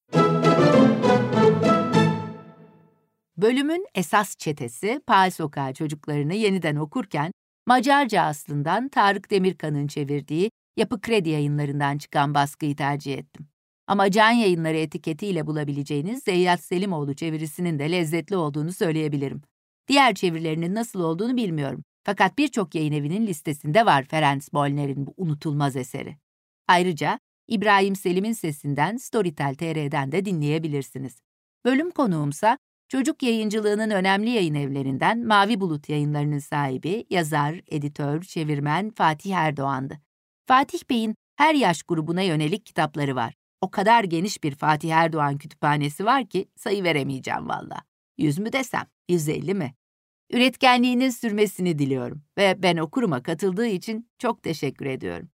Bölümün esas çetesi Pal Sokağı Çocuklarını yeniden okurken, Macarca aslından Tarık Demirkan'ın çevirdiği Yapı Kredi Yayınlarından çıkan baskıyı tercih ettim. Ama Can Yayınları etiketiyle bulabileceğiniz Zeyyat Selimoğlu çevirisinin de lezzetli olduğunu söyleyebilirim. Diğer çevirilerinin nasıl olduğunu bilmiyorum. Fakat birçok yayın evinin listesinde var Ferenc Molner'in bu unutulmaz eseri. Ayrıca İbrahim Selim'in sesinden Storytel TR'den de dinleyebilirsiniz. Bölüm konuğumsa çocuk yayıncılığının önemli yayın evlerinden Mavi Bulut Yayınları'nın sahibi, yazar, editör, çevirmen Fatih Erdoğan'dı. Fatih Bey'in her yaş grubuna yönelik kitapları var. O kadar geniş bir Fatih Erdoğan kütüphanesi var ki sayı veremeyeceğim valla. 100 mü desem, 150 mi? Üretkenliğinin sürmesini diliyorum ve Ben Okurum'a katıldığı için çok teşekkür ediyorum.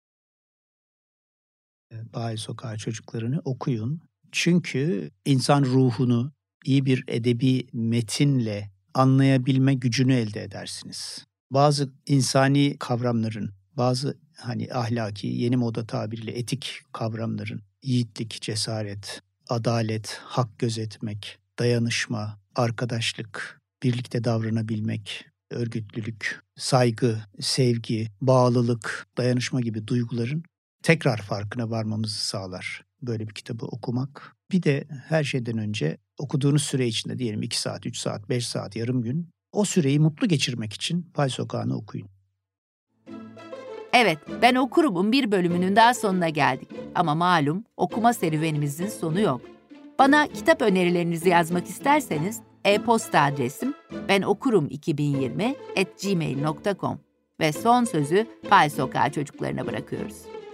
Pal Sokağı Çocuklarını okuyun. Çünkü insan ruhunu iyi bir edebi metinle anlayabilme gücünü elde edersiniz. Bazı insani kavramların, bazı ahlaki, yeni moda tabiriyle etik kavramların, yiğitlik, cesaret, adalet, hak gözetmek, dayanışma, arkadaşlık, birlikte davranabilmek, örgütlülük, saygı, sevgi, bağlılık, dayanışma gibi duyguların tekrar farkına varmamızı sağlar böyle bir kitabı okumak. Bir de her şeyden önce okuduğunuz süre içinde diyelim 2 saat, 3 saat, 5 saat, yarım gün o süreyi mutlu geçirmek için Pal Sokağı'nı okuyun. Evet, Ben Okurum'un bir bölümünün daha sonuna geldik. Ama malum okuma serüvenimizin sonu yok. Bana kitap önerilerinizi yazmak isterseniz e-posta adresim benokurum2020@gmail.com ve son sözü Pal Sokağı Çocuklarına bırakıyoruz.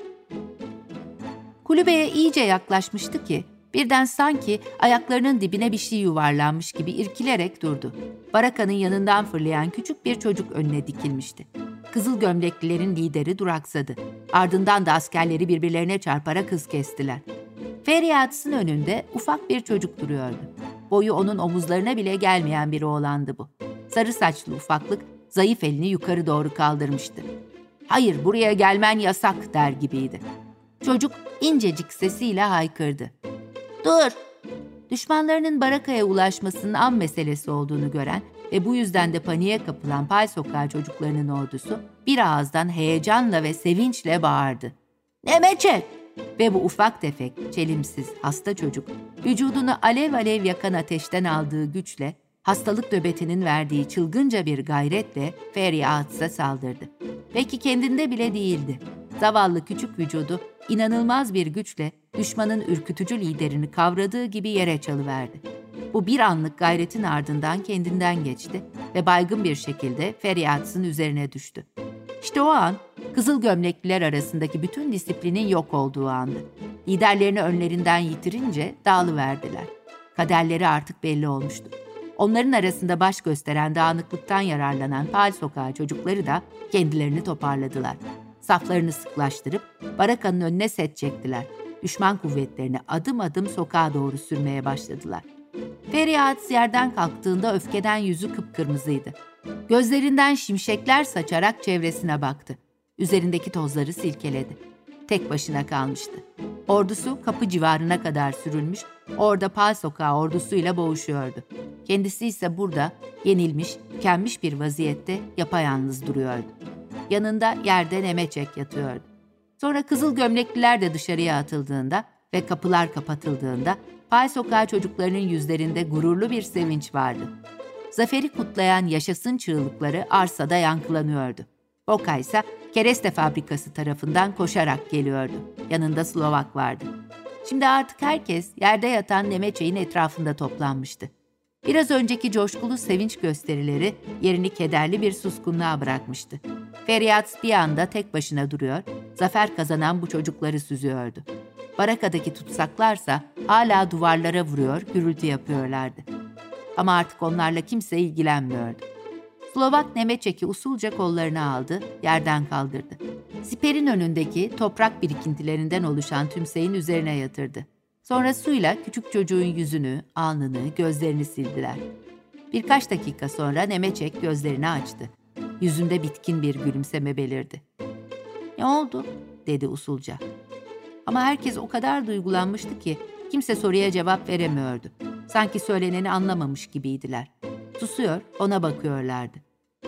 Kulübeye iyice yaklaşmıştı ki birden sanki ayaklarının dibine bir şey yuvarlanmış gibi irkilerek durdu. Barakanın yanından fırlayan küçük bir çocuk önüne dikilmişti. Kızıl gömleklilerin lideri duraksadı. Ardından da askerleri birbirlerine çarparak hız kestiler. Feryats'ın önünde ufak bir çocuk duruyordu. Boyu onun omuzlarına bile gelmeyen bir oğlandı bu. Sarı saçlı ufaklık zayıf elini yukarı doğru kaldırmıştı. "Hayır, buraya gelmen yasak" der gibiydi. Çocuk incecik sesiyle haykırdı. "Dur!" Düşmanlarının barakaya ulaşmasının an meselesi olduğunu gören ve bu yüzden de paniğe kapılan Pal Sokağı Çocuklarının ordusu bir ağızdan heyecanla ve sevinçle bağırdı. "Nemeçek!" Ve bu ufak tefek, çelimsiz, hasta çocuk, vücudunu alev alev yakan ateşten aldığı güçle, hastalık nöbetinin verdiği çılgınca bir gayretle Feryats'a saldırdı. Belki kendinde bile değildi. Zavallı küçük vücudu inanılmaz bir güçle düşmanın ürkütücü liderini kavradığı gibi yere çalıverdi. Bu bir anlık gayretin ardından kendinden geçti ve baygın bir şekilde Feryats'ın üzerine düştü. İşte o an kızıl gömlekliler arasındaki bütün disiplinin yok olduğu andı. Liderlerini önlerinden yitirince dağılıverdiler. Kaderleri artık belli olmuştu. Onların arasında baş gösteren dağınıklıktan yararlanan Pal Sokağı Çocukları da kendilerini toparladılar. Saflarını sıklaştırıp barakanın önüne set çektiler. Düşman kuvvetlerini adım adım sokağa doğru sürmeye başladılar. Feryat yerden kalktığında öfkeden yüzü kıpkırmızıydı. Gözlerinden şimşekler saçarak çevresine baktı. Üzerindeki tozları silkeledi. Tek başına kalmıştı. Ordusu kapı civarına kadar sürülmüş, orada Pal Sokağı ordusuyla boğuşuyordu. Kendisi ise burada yenilmiş, tükenmiş bir vaziyette yapayalnız duruyordu. Yanında yerde Nemeçek yatıyordu. Sonra Kızıl Gömlekliler de dışarıya atıldığında ve kapılar kapatıldığında Pal Sokağı çocuklarının yüzlerinde gururlu bir sevinç vardı. Zaferi kutlayan yaşasın çığlıkları arsada yankılanıyordu. Boka ise kereste fabrikası tarafından koşarak geliyordu. Yanında Slovak vardı. Şimdi artık herkes yerde yatan Nemeçek'in etrafında toplanmıştı. Biraz önceki coşkulu sevinç gösterileri yerini kederli bir suskunluğa bırakmıştı. Feryat bir anda tek başına duruyor, zafer kazanan bu çocukları süzüyordu. Barakadaki tutsaklarsa hala duvarlara vuruyor, gürültü yapıyorlardı. Ama artık onlarla kimse ilgilenmiyordu. Slovak Nemeçek'i usulca kollarına aldı, yerden kaldırdı. Siperin önündeki toprak birikintilerinden oluşan tümseyin üzerine yatırdı. Sonra suyla küçük çocuğun yüzünü, alnını, gözlerini sildiler. Birkaç dakika sonra Nemeçek gözlerini açtı. Yüzünde bitkin bir gülümseme belirdi. "Ne oldu?" dedi usulca. Ama herkes o kadar duygulanmıştı ki kimse soruya cevap veremiyordu. Sanki söyleneni anlamamış gibiydiler. Susuyor, ona bakıyorlardı.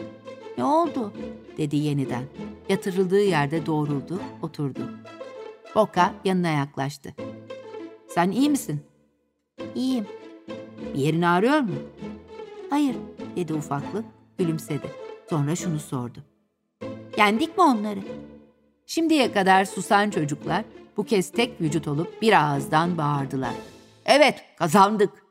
"Ne oldu?" dedi yeniden. Yatırıldığı yerde doğruldu, oturdu. Boka yanına yaklaştı. "Sen iyi misin?" "İyiyim." "Bir yerin ağrıyor mu?" "Hayır," dedi ufaklık, gülümsedi. Sonra şunu sordu. "Yendik mi onları?" Şimdiye kadar susan çocuklar bu kez tek vücut olup bir ağızdan bağırdılar. "Evet, kazandık."